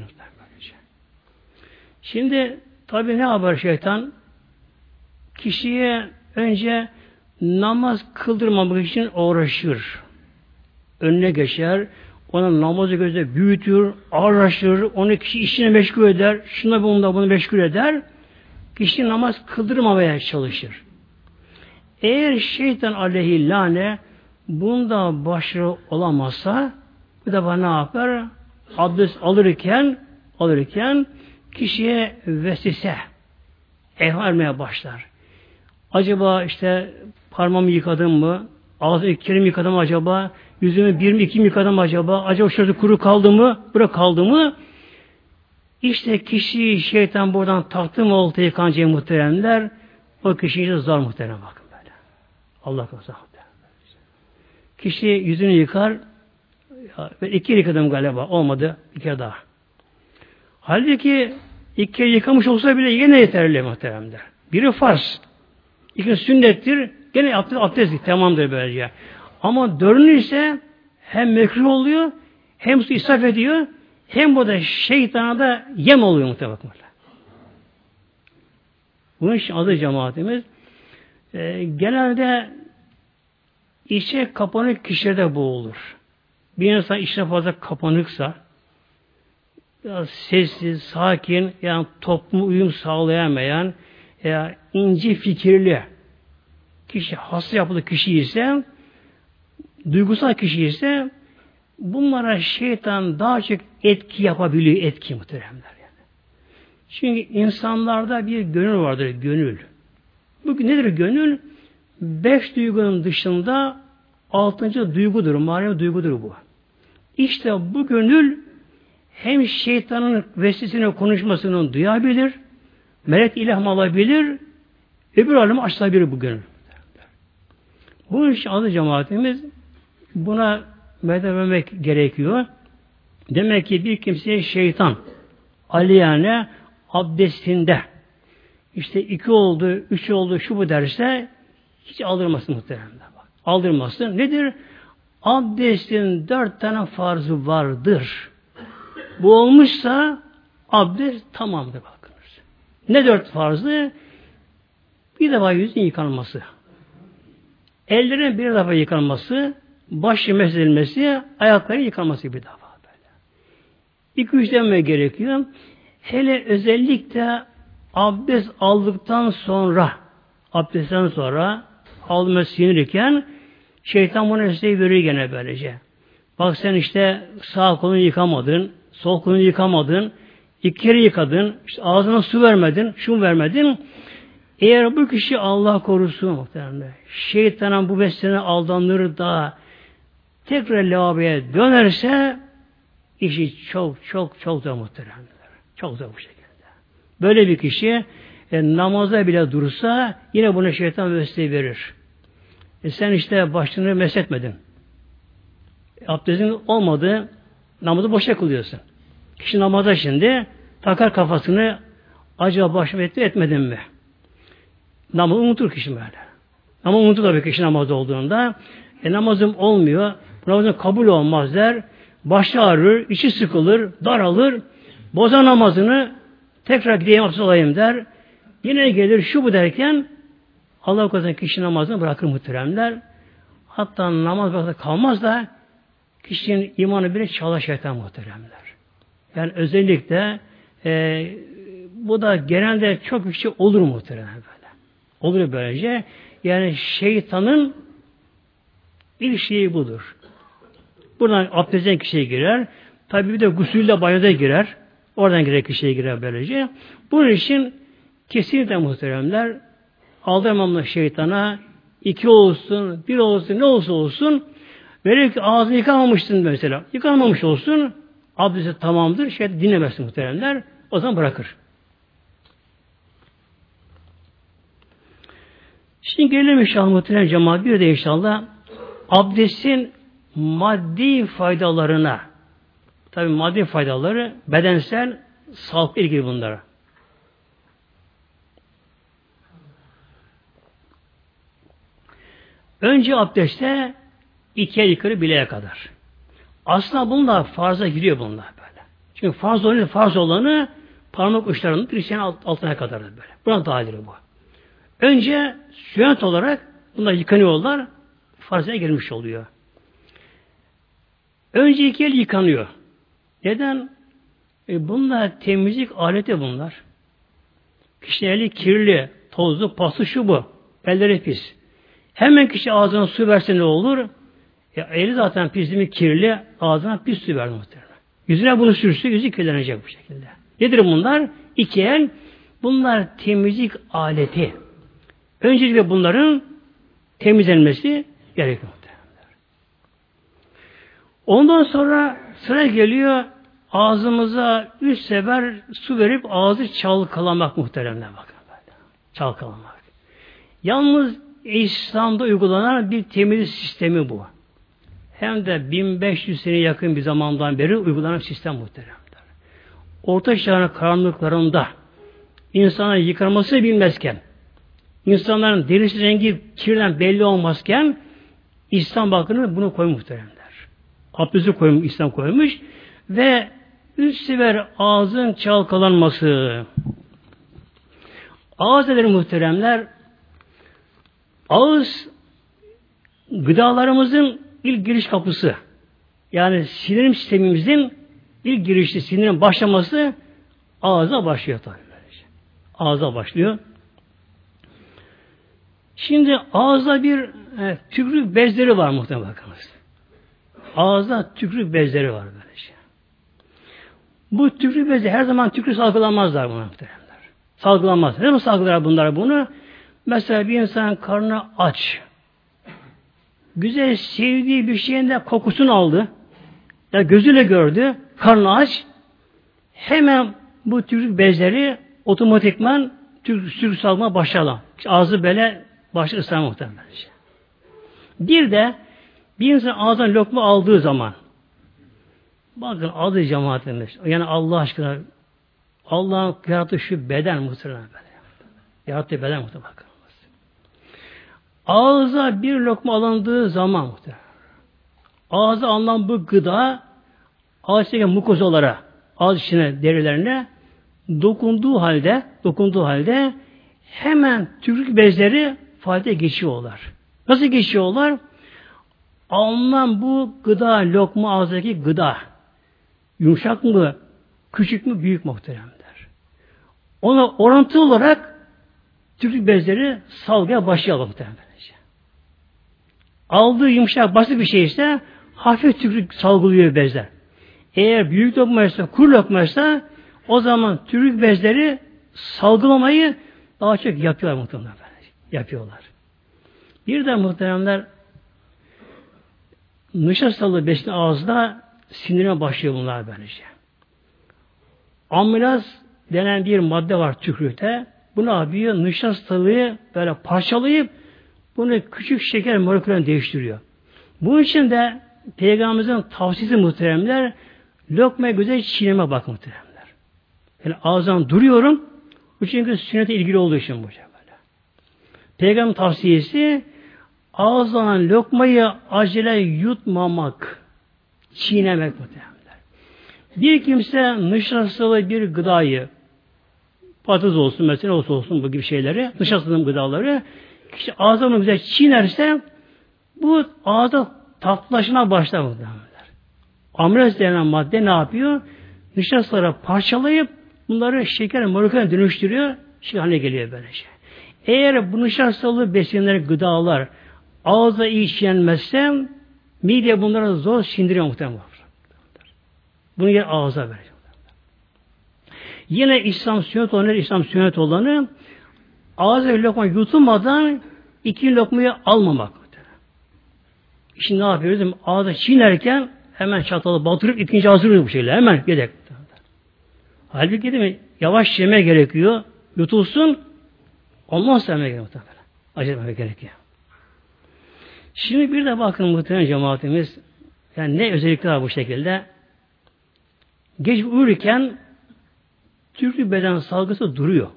Şimdi tabi ne yapar şeytan? Kişiye önce namaz kıldırmamak için uğraşır. Önüne geçer. Ona namazı gözle büyütür, ağırlaştırır. Onu kişi işine meşgul eder. Şuna bununla bunu meşgul eder. Kişi namaz kıldırmamaya çalışır. Eğer şeytan aleyhillâne bunda başarılı olamazsa bir defa ne yapar? Abdest alırken alırken kişiye vesvese evhameye başlar. Acaba işte parmağımı yıkadım mı? Ağzımı iki kere mi yıkadım acaba? Yüzümü bir mi iki mi yıkadım acaba? Acaba şurada kuru kaldı mı? Bırak kaldı mı? İşte kişi şeytan buradan taktı mı oltayı kancayı muhteremler o kişiyi zar muhterem bakın böyle. Allah korusun. Kişi yüzünü yıkar. Ben iki kere yıkadım galiba. Olmadı. Bir kere daha. Halbuki iki kere yıkamış olsa bile yine yeterli muhteremler. Biri farz. İki sünnettir. Gene abdest, abdest tamamdır böylece. Ama dördüncü ise hem mekruh oluyor, hem su israf ediyor, hem bu da şeytana da yem oluyor muhtemelen. Bunun için adı cemaatimiz. E, genelde içe kapanık kişilerde bu olur. Bir insan içine fazla kapanıksa, biraz sessiz, sakin, yani topluma uyum sağlayamayan, ya ince fikirli kişi, hasta yapılı kişi ise, duygusal kişi ise, bunlara şeytan daha çok etki yapabiliyor, etki muhteremler yani. Çünkü insanlarda bir gönül vardır, gönül. Bu nedir gönül? Beş duygunun dışında altıncı duygudur, manevi duygudur bu. İşte bu gönül hem şeytanın vesvesesine konuşmasını duyabilir, melek ilham alabilir, öbür alemi açılabilir bu gönül. Bunun için adı cemaatimiz buna medvemek gerekiyor. Demek ki bir kimseye şeytan aliyane abdestinde işte iki oldu, üç oldu, şu bu derse hiç aldırmasın muhtemelen. Aldırmasın. Nedir? Abdestin dört tane farzı vardır. Bu olmuşsa abdest tamamdır bakınız. Ne dört farzı? Bir defa yüzün yıkanması. Ellerin bir defa yıkanması, başı mesedilmesi, ayakların yıkanması bir defa böyle. İki üç denme gerekiyor. Hele özellikle abdest aldıktan sonra, abdestten sonra alma sinirken şeytan bunu size veriyor gene böylece. Bak sen işte sağ kolunu yıkamadın, sol kolunu yıkamadın, iki kere yıkadın, işte ağzına su vermedin, şunu vermedin. Eğer bu kişi Allah korusun muhtemelen, şeytanın bu beslenene aldanır da tekrar lavaboya dönerse işi çok çok çok da muhtemelen. Çok da bu şekilde. Böyle bir kişi e, namaza bile dursa yine buna şeytan vesile verir. E sen işte başını mesletmedin. Abdestin olmadı, namazı boşa kılıyorsun. Kişi namaza şimdi takar kafasını, acaba başımı etti etmedin mi? Namazı unutur kişi böyle. Ama unutur tabii kişi namazda olduğunda. E namazım olmuyor, namazım kabul olmaz der. Başı ağrır, içi sıkılır, daralır. Bozar namazını, tekrar gideyim abdest olayım der. Yine gelir şu bu derken Allah korusun kişi namazını bırakır muhteremler. Hatta namaz bırakır kalmaz da kişinin imanı bile çalar şeytan muhteremler. Yani özellikle e, bu da genelde çok bir şey olur muhteremler böyle. Olur böylece. Yani şeytanın ilk şeyi budur. Buradan abdestten kişiye girer. Tabi bir de gusülle banyoda girer. Oradan girer kişiye girer böylece. Bunun için kesinlikle muhteremler aldırmamla şeytana iki olsun, bir olsun, ne olsa olsun velev ki ağzını yıkamamışsın mesela. Yıkamamış olsun abdesti tamamdır. Şeytan dinlemezsin muhteremler. O zaman bırakır. Şimdi gelelim inşallah muhterem cemaat bir de inşallah abdestin maddi faydalarına. Tabi maddi faydaları bedensel sağlıkla ilgili bunlara. Önce abdestte ikiye yukarı bileğe kadar. Aslında bunlar farza giriyor bunlar böyle. Çünkü farz olanı, farz olanı parmak uçlarının dirseğinin altına kadar böyle. Buna dahildir bu. Önce sünnet olarak bunlar yıkanıyorlar. Farzaya girmiş oluyor. Önce iki el yıkanıyor. Neden? E bunlar temizlik aleti bunlar. Kişinin eli kirli, tozlu, paslı şu bu. Elleri pis. Hemen kişi ağzına su verse ne olur? E, eli zaten pisli, kirli, ağzına pis su verdi muhtemelen. Yüzüne bunu sürse yüzü kirlenecek bu şekilde. Nedir bunlar? İki el. Bunlar temizlik aleti. Öncelikle bunların temizlenmesi gerekiyor. Ondan sonra sıra geliyor ağzımıza üç sefer su verip ağzı çalkalamak muhteremler bakın böyle. Çalkalamak. Yalnız İslam'da uygulanan bir temizlik sistemi bu. hem de bin beş yüz sene yakın bir zamandan beri uygulanan sistem muhteremler. Orta çağın karanlıklarında insanların yıkanmasını bilmezken, insanların derisi rengi kirden belli olmazken İslam bakını bunu koymuş muhteremler. Abdesti koymuş, İslam koymuş ve üç sefer ağzın çalkalanması. Ağız eder muhteremler, ağız gıdalarımızın ilk giriş kapısı. Yani sindirim sistemimizin ilk girişi, sinirin başlaması ağza başlıyor tabii. Ağza başlıyor. Şimdi ağızda bir e, tükrük bezleri var muhtemelen bakınız. Ağızda tükrük bezleri var böylece. Bu tükrük bezleri her zaman tükrük salgılamazlar buna muhtemelenler. Salgılamaz. Ne zaman salgılar bunlar bunu? Mesela bir insan karnı aç. Güzel sevdiği bir şeyin de kokusunu aldı. Ya gözüyle gördü. Karnı aç. Hemen bu tükrük bezleri otomatikman tükrük salgıma başlarlar. İşte ağzı böyle başlı ıslanma muhtemelen. Bir de bir insan ağzından lokma aldığı zaman bakın adı cemaatimiz. Yani Allah aşkına Allah'ın yarattığı şu beden muhtemelen böyle. Yarattığı beden muhtemelen bakın. Ağza bir lokma alındığı zaman muhtemelen. Ağza alınan bu gıda ağızdaki mukozalara, ağız içine, derilerine dokunduğu halde, dokunduğu halde hemen tükürük bezleri faaliyete geçiyorlar. Nasıl geçiyorlar? Alınan bu gıda, lokma ağızdaki gıda yumuşak mı, küçük mü, büyük muhteremler. Ona orantılı olarak tükürük bezleri salgıya başlıyor muhteremler. Aldığı yumuşak, basit bir şey ise hafif tükürük salgılıyor bezler. Eğer büyük lokmaysa, kuru lokmaysa o zaman tükürük bezleri salgılamayı daha çok yapıyorlar muhtemelen. Yapıyorlar. Bir de muhteremler nişastalı besin ağızda sinirime başlıyor bunlar böylece. Amilaz denen bir madde var tükürükte. Bu ne yapıyor? Nişastalıyı böyle parçalayıp bunu küçük şeker moleküllerini değiştiriyor. Bunun için de Peygamberimizin tavsiyesi muhteremler lokmaya güzel çiğneme bak muhteremler. Yani ağzından duruyorum. Bu çünkü sünnete ilgili olduğu için bu böyle. Peygamberin tavsiyesi ağızdan lokmayı acele yutmamak, çiğnemek muhteremler. Bir kimse nişastalı bir gıdayı, patates olsun mesela olsun olsun bu gibi şeyleri, nişastalı gıdaları kişi ağzına güzel çiğnerse bu ağızda tatlılaşma başlar muhtemelen. Amilaz denen madde ne yapıyor? Nişastaları parçalayıp bunları şeker molekülüne dönüştürüyor. Şey haline geliyor böylece. Eğer bu nişastalı besinler, gıdalar ağızda iyi çiğnenmezse mide bunları zor sindiriyor muhtemelen. Bunu yer ağza verecek. Yine İslam sünnet olanı, İslam sünnet olanı ağza bir lokma yutulmadan iki lokmayı almamak. Şimdi ne yapıyoruz? Ağza çiğnerken hemen çatalı batırıp ikinci hazırlıyor bu şeyle. Hemen yedek. Halbuki değil mi? Yavaş yeme gerekiyor. Yutulsun. Ondan sonra yeme gerekiyor. Acele etmeme gerekiyor. Şimdi bir de bakın muhtemelen cemaatimiz yani ne özellikler var bu şekilde? Geç uyurken tükürük beden salgısı duruyor.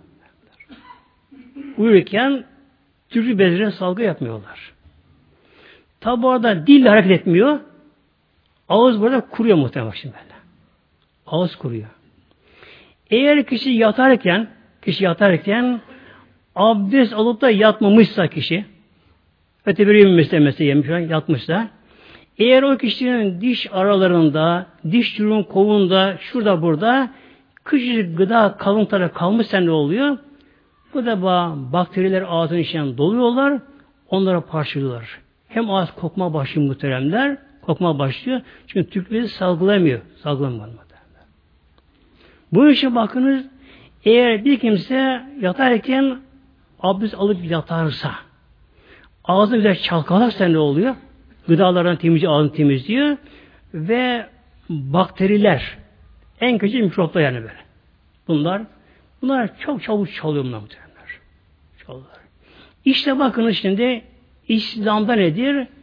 Uyurken tükürük bezlerine salgı yapmıyorlar. Tabi orada dil hareket etmiyor. Ağız burada kuruyor muhtemelen şimdi böyle. Ağız kuruyor. Eğer kişi yatarken kişi yatarken abdest alıp da yatmamışsa kişi öte bir meslemesi yemiş yatmışsa eğer o kişinin diş aralarında diş çürüğün kovunda şurada burada küçücük gıda kalıntıları kalmışsa ne oluyor? Bu da bakteriler ağzın içinden doluyorlar. Onlara parçalıyorlar. Hem ağız kokma başlıyor muhteremler. Kokma başlıyor. Çünkü tükürüğü salgılamıyor. Salgılamıyor muhteremler. Bu işe bakınız eğer bir kimse yatarken abdest alıp yatarsa ağzını güzel çalkalarsa ne oluyor? Gıdalardan temizliyor, ağzını temizliyor ve bakteriler en kötü mikroplar yani böyle. Bunlar bunlar çok çabuk çalıyor bunlar muhtemelen. Çalıyorlar. İşte bakın şimdi İslam'da nedir?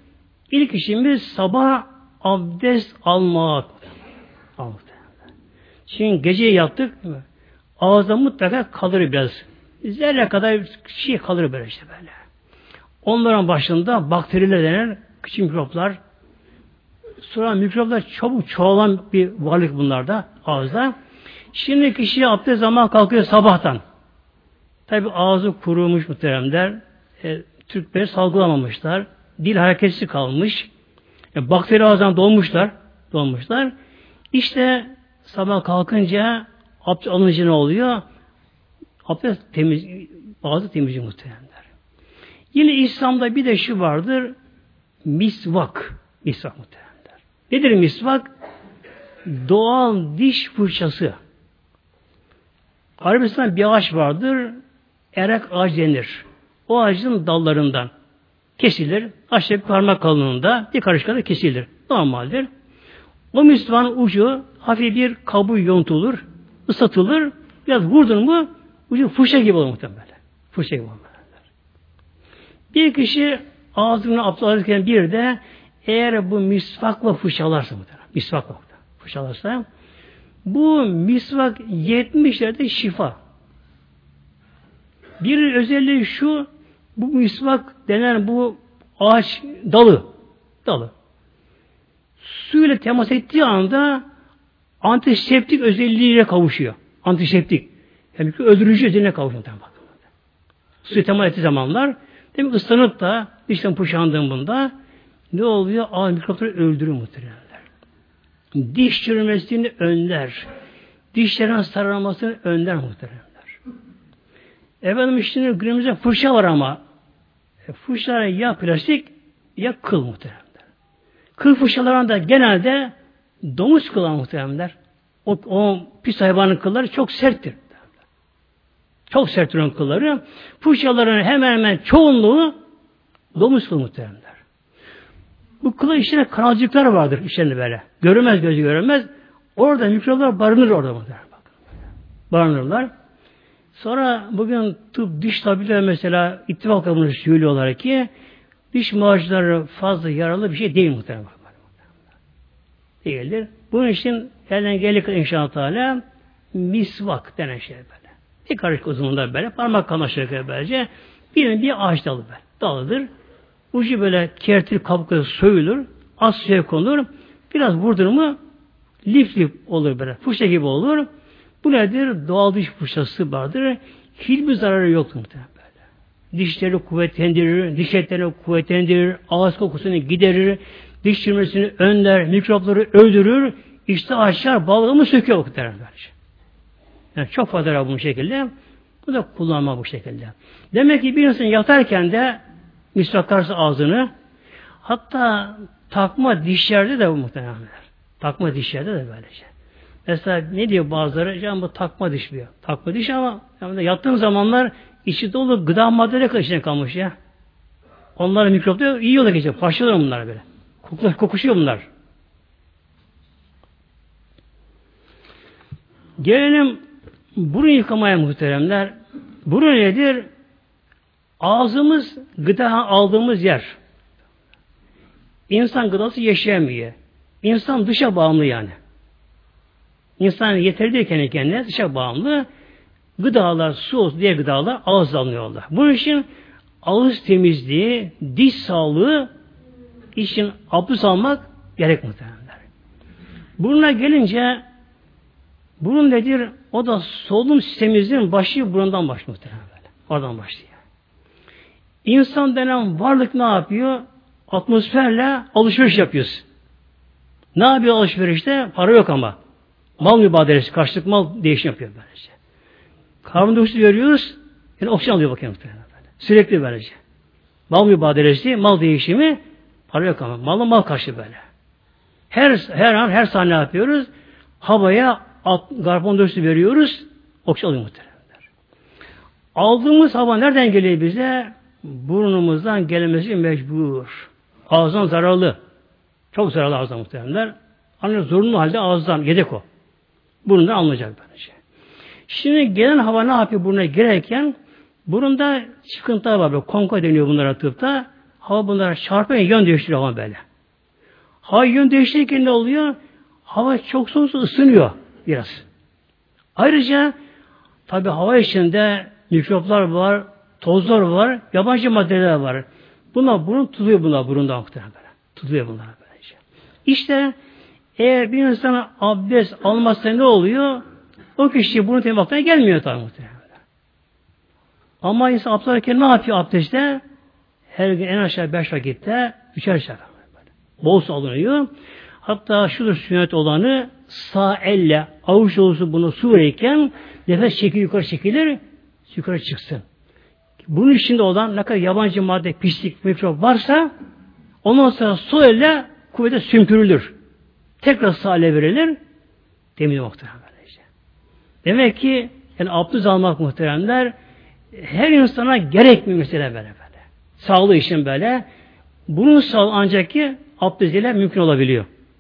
İlk işimiz sabah abdest almak. Almak. Şimdi gece yattık, ağızda mutlaka kalır biraz. Zerre kadar şey kalır böyle işte böyle. Onların başında bakteriler denen küçük mikroplar. Sonra mikroplar çabuk çoğalan bir varlık bunlarda ağızda. Şimdi kişi abdest zaman kalkıyor sabahtan. Tabi ağzı kurumuş muhteremler. E, Türkleri salgılamamışlar. Dil hareketsiz kalmış. E, bakteri ağzından dolmuşlar. Dolmuşlar. İşte sabah kalkınca abdest alınca ne oluyor? Abdest temiz, ağzı temizliği muhteremler. Yine İslam'da bir de şu vardır. Misvak. Misvak muhteremler. Nedir misvak? Doğal diş fırçası. Arabistan'da bir ağaç vardır. Erak ağaç denir. O ağacın dallarından kesilir. Aşağı parmak kalınlığında bir karış kadar kesilir. Normaldir. O misvağın ucu hafif bir kabuğu yontulur. Islatılır. Biraz vurdun mu ucu fırça gibi olur muhtemelen. Fırça gibi olur. Bir kişi ağzını abdest alırken bir de eğer bu misvakla fırçalarsa muhtemelen. Misvakla fırçalarsa bu misvak yetmişlerde şifa. Bir özelliği şu, bu misvak denen bu ağaç dalı, dalı. Suyla temas ettiği anda antiseptik özelliğiyle kavuşuyor. Antiseptik. Yani öldürücü özelliğine kavuşuyor. Suya temas ettiği zamanlar, demek ıslanıp da dişten fırçalandığında ne oluyor? Ağır mikropları öldürüyor muhtemelen. Diş çürümesini önler. Dişlerin sararmasını önler muhteremler. Efendim işte günümüzde fırça var ama e, fırçalar ya plastik ya kıl muhteremler. Kıl fırçalarında genelde domuz kılı muhteremler. O, o pis hayvanın kılları çok serttir. Çok serttir onun kılları. Fırçaların hemen hemen çoğunluğu domuz kılı muhteremler. Bu kılın içinde kanalcıklar vardır içlerinde böyle. Görünmez, gözü görünmez. Orada mikroplar barınır orada muhtemelen. Barınırlar. Sonra bugün tıp, diş tabipleri mesela ittifakla bunu söylüyorlar ki diş macunları fazla yaralı bir şey değil muhtemelen. Değildir. Bunun için elden gelir inşallah Teala misvak denen şey böyle. Bir karışık uzunluğunda böyle parmak kamaşırken böylece bir, bir ağaç dalı böyle. Dalıdır. Ucu böyle kertil kabukları soyulur. Az suya konulur. Biraz vurdur mu lif lif olur böyle. Fırça gibi olur. Bu nedir? Doğal diş fırçası vardır. Hiçbir zararı yoktur muhtemelen böyle. Dişleri kuvvetlendirir, diş etlerini kuvvetlendirir, ağız kokusunu giderir, diş çürümesini önler, mikropları öldürür, işte açar, balgamı söküyor muhtemelen böylece. Yani çok fazla bu şekilde. Bu da kullanma bu şekilde. Demek ki bir insan yatarken de misvaklarsa ağzını, hatta takma dişlerde de bu muhtemelen. Takma dişlerde de böylece. Mesela ne diyor bazıları? Canım bu takma diş diyor. Takma diş ama yani yattığım zamanlar içi dolu gıda maddeleri içine kalmış ya. Onların mikropları iyi yola geçiyor. Parçalıyor bunlar böyle. Kokuşuyor, kokuşuyor bunlar. Gelelim burun yıkamaya muhteremler. Burun nedir? Ağzımız gıda aldığımız yer. İnsan gıdası yaşayamıyor. İnsan dışa bağımlı yani. İnsan yeterli değil kendi kendine dışa bağımlı. Gıdalar, su, diğer gıdalar ağızdan alınıyorlar. Bunun için ağız temizliği, diş sağlığı için abdest almak gerek muhtemelenler. Buruna gelince burun nedir? O da solunum sistemimizin başı burundan başlıyor muhtemelen. Oradan başlıyor. İnsan denen varlık ne yapıyor? Atmosferle alışveriş yapıyoruz. Ne yapıyor alışverişte? Para yok ama. Mal mübadelesi, karşılık mal değişim yapıyor böylece. Karbondioksit veriyoruz, yani oksijen alıyor bakayım. Sürekli böylece. Mal mübadelesi, mal değişimi, para yok ama. Malla mal karşı böyle. Her her an, her saniye yapıyoruz. Havaya karbondioksit veriyoruz, oksijen alıyor muhtemelen. Aldığımız hava nereden geliyor bize? Burnumuzdan gelmesi mecbur. Ağızdan zararlı. Çok zararlı ağızdan muhtemelenler. Ancak zorunlu halde ağızdan, yedek o. Burundan alınacak böylece. Şimdi gelen hava ne yapıyor burnuna girerken? Burunda çıkıntılar var. Böyle, konka deniyor bunlara tıpta. hava bunlara çarpıyor, yön değiştiriyor ama böyle. Hava yön değiştirirken ne oluyor? Hava çok soğuksa ısınıyor biraz. Ayrıca tabi hava içinde mikroplar var, tozlar var, yabancı maddeler var. Bunlar burun tutuyor bunlar burundan muhtemelen böyle. Tutuyor bunlar böylece. İşte eğer bir insana abdest almazsa ne oluyor? O kişi burun temizlemeye gelmiyor tabi muhtemelen. Ama insan abdest alırken ne yapıyor abdestte? Her gün en aşağı beş vakitte üçer sefer. Bol su alınıyor. Hatta şudur sünnet olanı sağ elle avuç dolusu bunu su verirken nefes çekilir yukarı çekilir yukarı çıksın. Bunun içinde olan ne kadar yabancı madde, pislik, mikrop varsa ondan sonra sol elle kuvvete sümkürülür. Tekrar sağ elle verilir. Temiz muhterem böylece. Demek ki yani abdest almak muhteremler her insana gerekmiyor mesela böyle böyle. Sağlığı için böyle. Bunun sağlığı ancak ki abdest ile mümkün olabiliyor.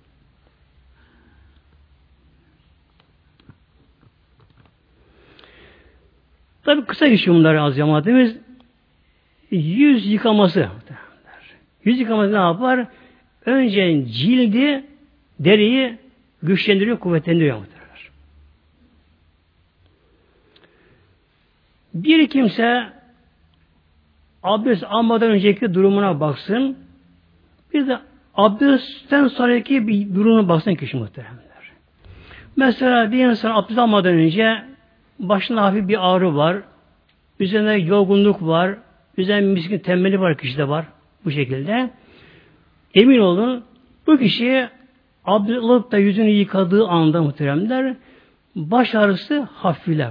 Tabi kısa geçiyor bunları az cemaatimiz. Yüz yıkaması. Yüz yıkaması ne yapar? Önce cildi, deriyi güçlendiriyor, kuvvetlendiriyor. Bir kimse abdest almadan önceki durumuna baksın. Bir de abdestten sonraki bir durumuna baksın kişi muhteremler. Mesela bir insan abdest almadan önce başında hafif bir ağrı var. Üzerinde yorgunluk var. Üzerinde miskin tembelliği var kişide var. Bu şekilde. Emin olun bu kişi abdest alıp da yüzünü yıkadığı anda muhteremler baş ağrısı hafifler.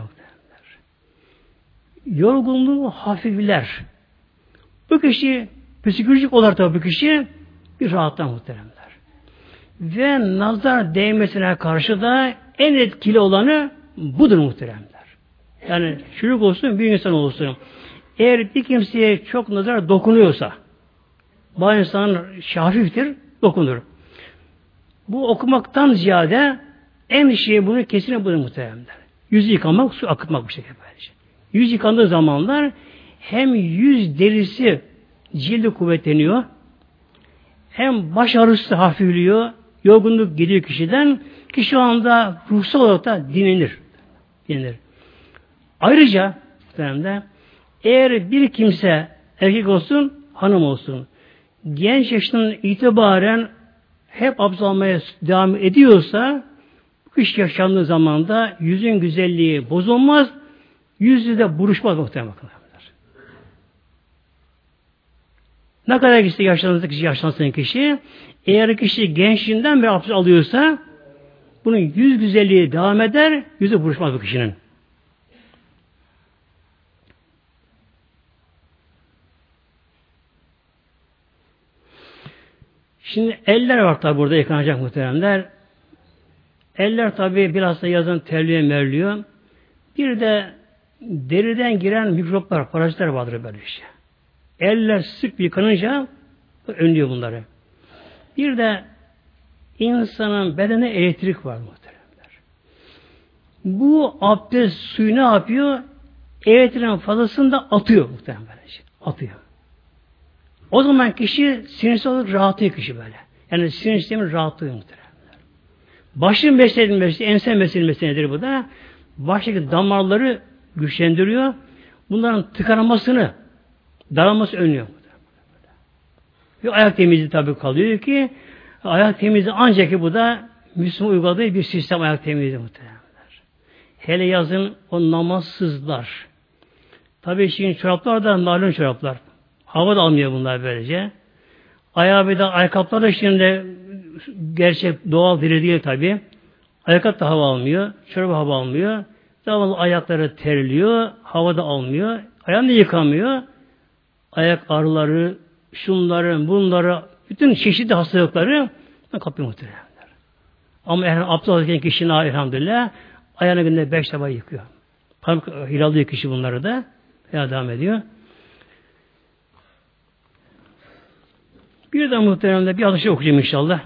Yorgunluğu hafifler. Bu kişi psikolojik olarak da bu kişi bir rahatlar muhteremler. Ve nazar değmesine karşı da en etkili olanı budur muhteremler. Yani çocuk olsun, bir insan olsun. Eğer bir kimseye çok nazar dokunuyorsa, bazı insan hafiftir, dokunur. Bu okumaktan ziyade en şey bunu kesin budur muhteremler. Yüzü yıkamak, su akıtmak bu şekilde böylece. Yüz yıkandığı zamanlar hem yüz derisi cildi kuvvetleniyor, hem baş ağrısı hafifliyor, yorgunluk gidiyor kişiden, kişi şu anda ruhsal olarak da dinlenir. dinlenir. Ayrıca eğer bir kimse erkek olsun, hanım olsun, genç yaşından itibaren hep abdest almaya devam ediyorsa, bu kişi yaşandığı zamanda yüzün güzelliği bozulmaz, yüzü de buruşmaz muhtemelen. Ne kadar kişi yaşlanırsa kişi yaşlansın kişi, eğer kişi gençliğinden bir abdest alıyorsa, bunun yüz güzelliği devam eder, yüzü buruşmaz bu kişinin. Şimdi eller var tabi burada yıkanacak muhteremler. Eller tabi biraz da yazın terliyor merliyor. Bir de deriden giren mikroplar, parazitler vardır böyle işte. Eller sık yıkanınca önlüyor bunları. Bir de insanın bedene elektrik var muhteremler. Bu abdest suyu ne yapıyor? Elektriğin fazlasını da atıyor muhteremler. Atıyor. O zaman kişi sinirsel olarak rahatlıyor kişi böyle. Yani sinir sistemi rahatlıyor muhteremler. Başın beslenmesi, ense beslenmesi nedir bu da? Baştaki damarları güçlendiriyor. Bunların tıkanmasını, daralması önlüyor. Ve ayak temizliği tabii kalıyor ki ayak temizliği ancak ki bu da Müslüman uyguladığı bir sistem ayak temizliği muhtemelen. Hele yazın o namazsızlar. Tabii şimdi çoraplar da naylon çoraplar. Hava da almıyor bunlar böylece. Ayağı bir de ayakkabılar da şimdi gerçek doğal diri değil tabii. Ayakkabı da hava almıyor. Çorabı hava almıyor. Zavallı ayakları terliyor. Hava da almıyor. Ayağını da yıkamıyor. Ayak ağrıları, şunları, bunları, bütün çeşitli hastalıkları kapıyor muhtemelen. Ama eğer abdest alırken kişinin elhamdülillah ayağına günde beş defa yıkıyor. Parmak hilalıyor kişi bunları da. Ya devam ediyor. Bir de muhtemelen bir hadis okuyacağım inşallah.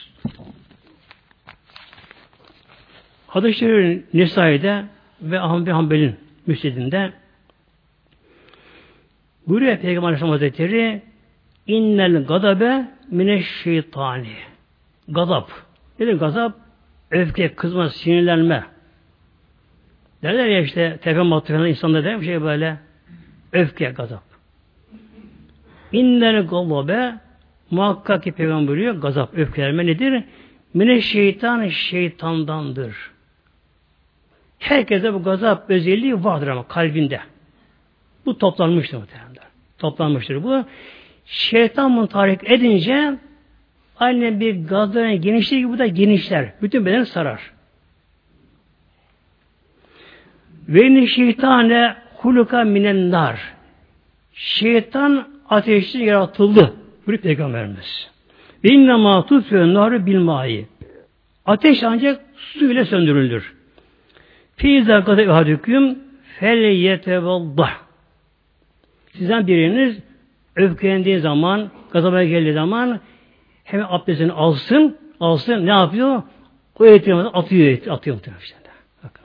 Hadis-i Şerif'in Nesai'de ve Ahmed bin Hanbel'in Müsned'inde buyuruyor Peygamber Aleyhisselam Hazretleri İnnel gadabe mineşşeytani. Gazap. Nedir gazap? Öfke, kızma, sinirlenme. Derler ya işte tepem attı falan insanda der bir şey böyle. Öfke, gazap. İnnel gadabe muhakkak ki Peygamber buyuruyor gazap, öfkelenme nedir? Mineşşeytan şeytandandır. Herkese bu gazap özelliği vardır ama kalbinde. Bu toplanmıştır muhtemelen. Toplanmıştır bu. Şeytan bunu tahrik edince aynen bir gazların genişliği gibi bu da genişler. Bütün bedeni sarar. Ve ne şeytane huluka minen nar. Şeytan ateşten yaratıldı. Buyuruyor Peygamberimiz. Ve inne ma tutfe'un naru bil ma'i. Ateş ancak su ile söndürülür. Fîzâ kadâ ehadüküm fel yetevallah. Sizden biriniz öfkelendiği zaman, gazaba geldiği zaman hemen abdestini alsın, alsın, ne yapıyor? O etrafını atıyor, atıyor muhtemelen. Bakın.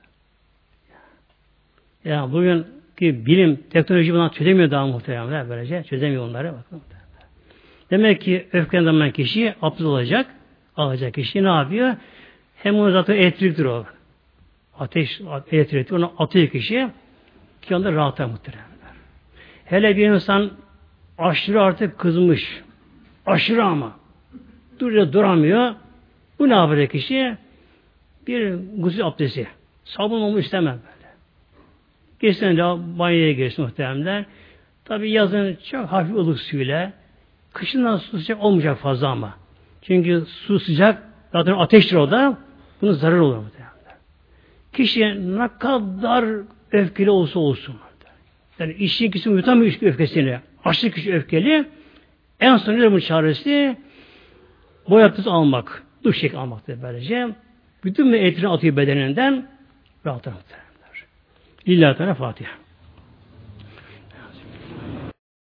Ya bugünkü bilim, teknoloji bunları çözemiyor daha muhtemelen böylece. Çözemiyor onları. Bakın. Demek ki öfkelendiği zaman kişi abdest olacak, alacak kişi ne yapıyor? Hem onu zaten elektriktir o. Ateş, elektriktir. Onu atıyor kişi ki onda rahatlar muhtemelen. Hele bir insan aşırı artık kızmış. Aşırı ama. Duruyor, duramıyor. Bu ne yapacak kişi? Bir gusül abdesti. Sabun olmuş istemem böyle. Geçsen de banyoya girsin muhtemelen. Tabi yazın çok hafif ılık suyla. Kışından su sıcak olmayacak fazla ama. Çünkü su sıcak, zaten ateştir o da. Bunun zarar olur muhtemelen. Kişi ne kadar öfkeli olsa olsun. Yani işin kişi yutamıyor öfkesini. Aşırı kişi öfkeli. En son ne bunun çaresi? Boy abdesti almak. Duş şekli almaktır böylece. Bütün etini atıyor bedeninden rahatlar muhtemelenler. Lillahi Teala Fatiha.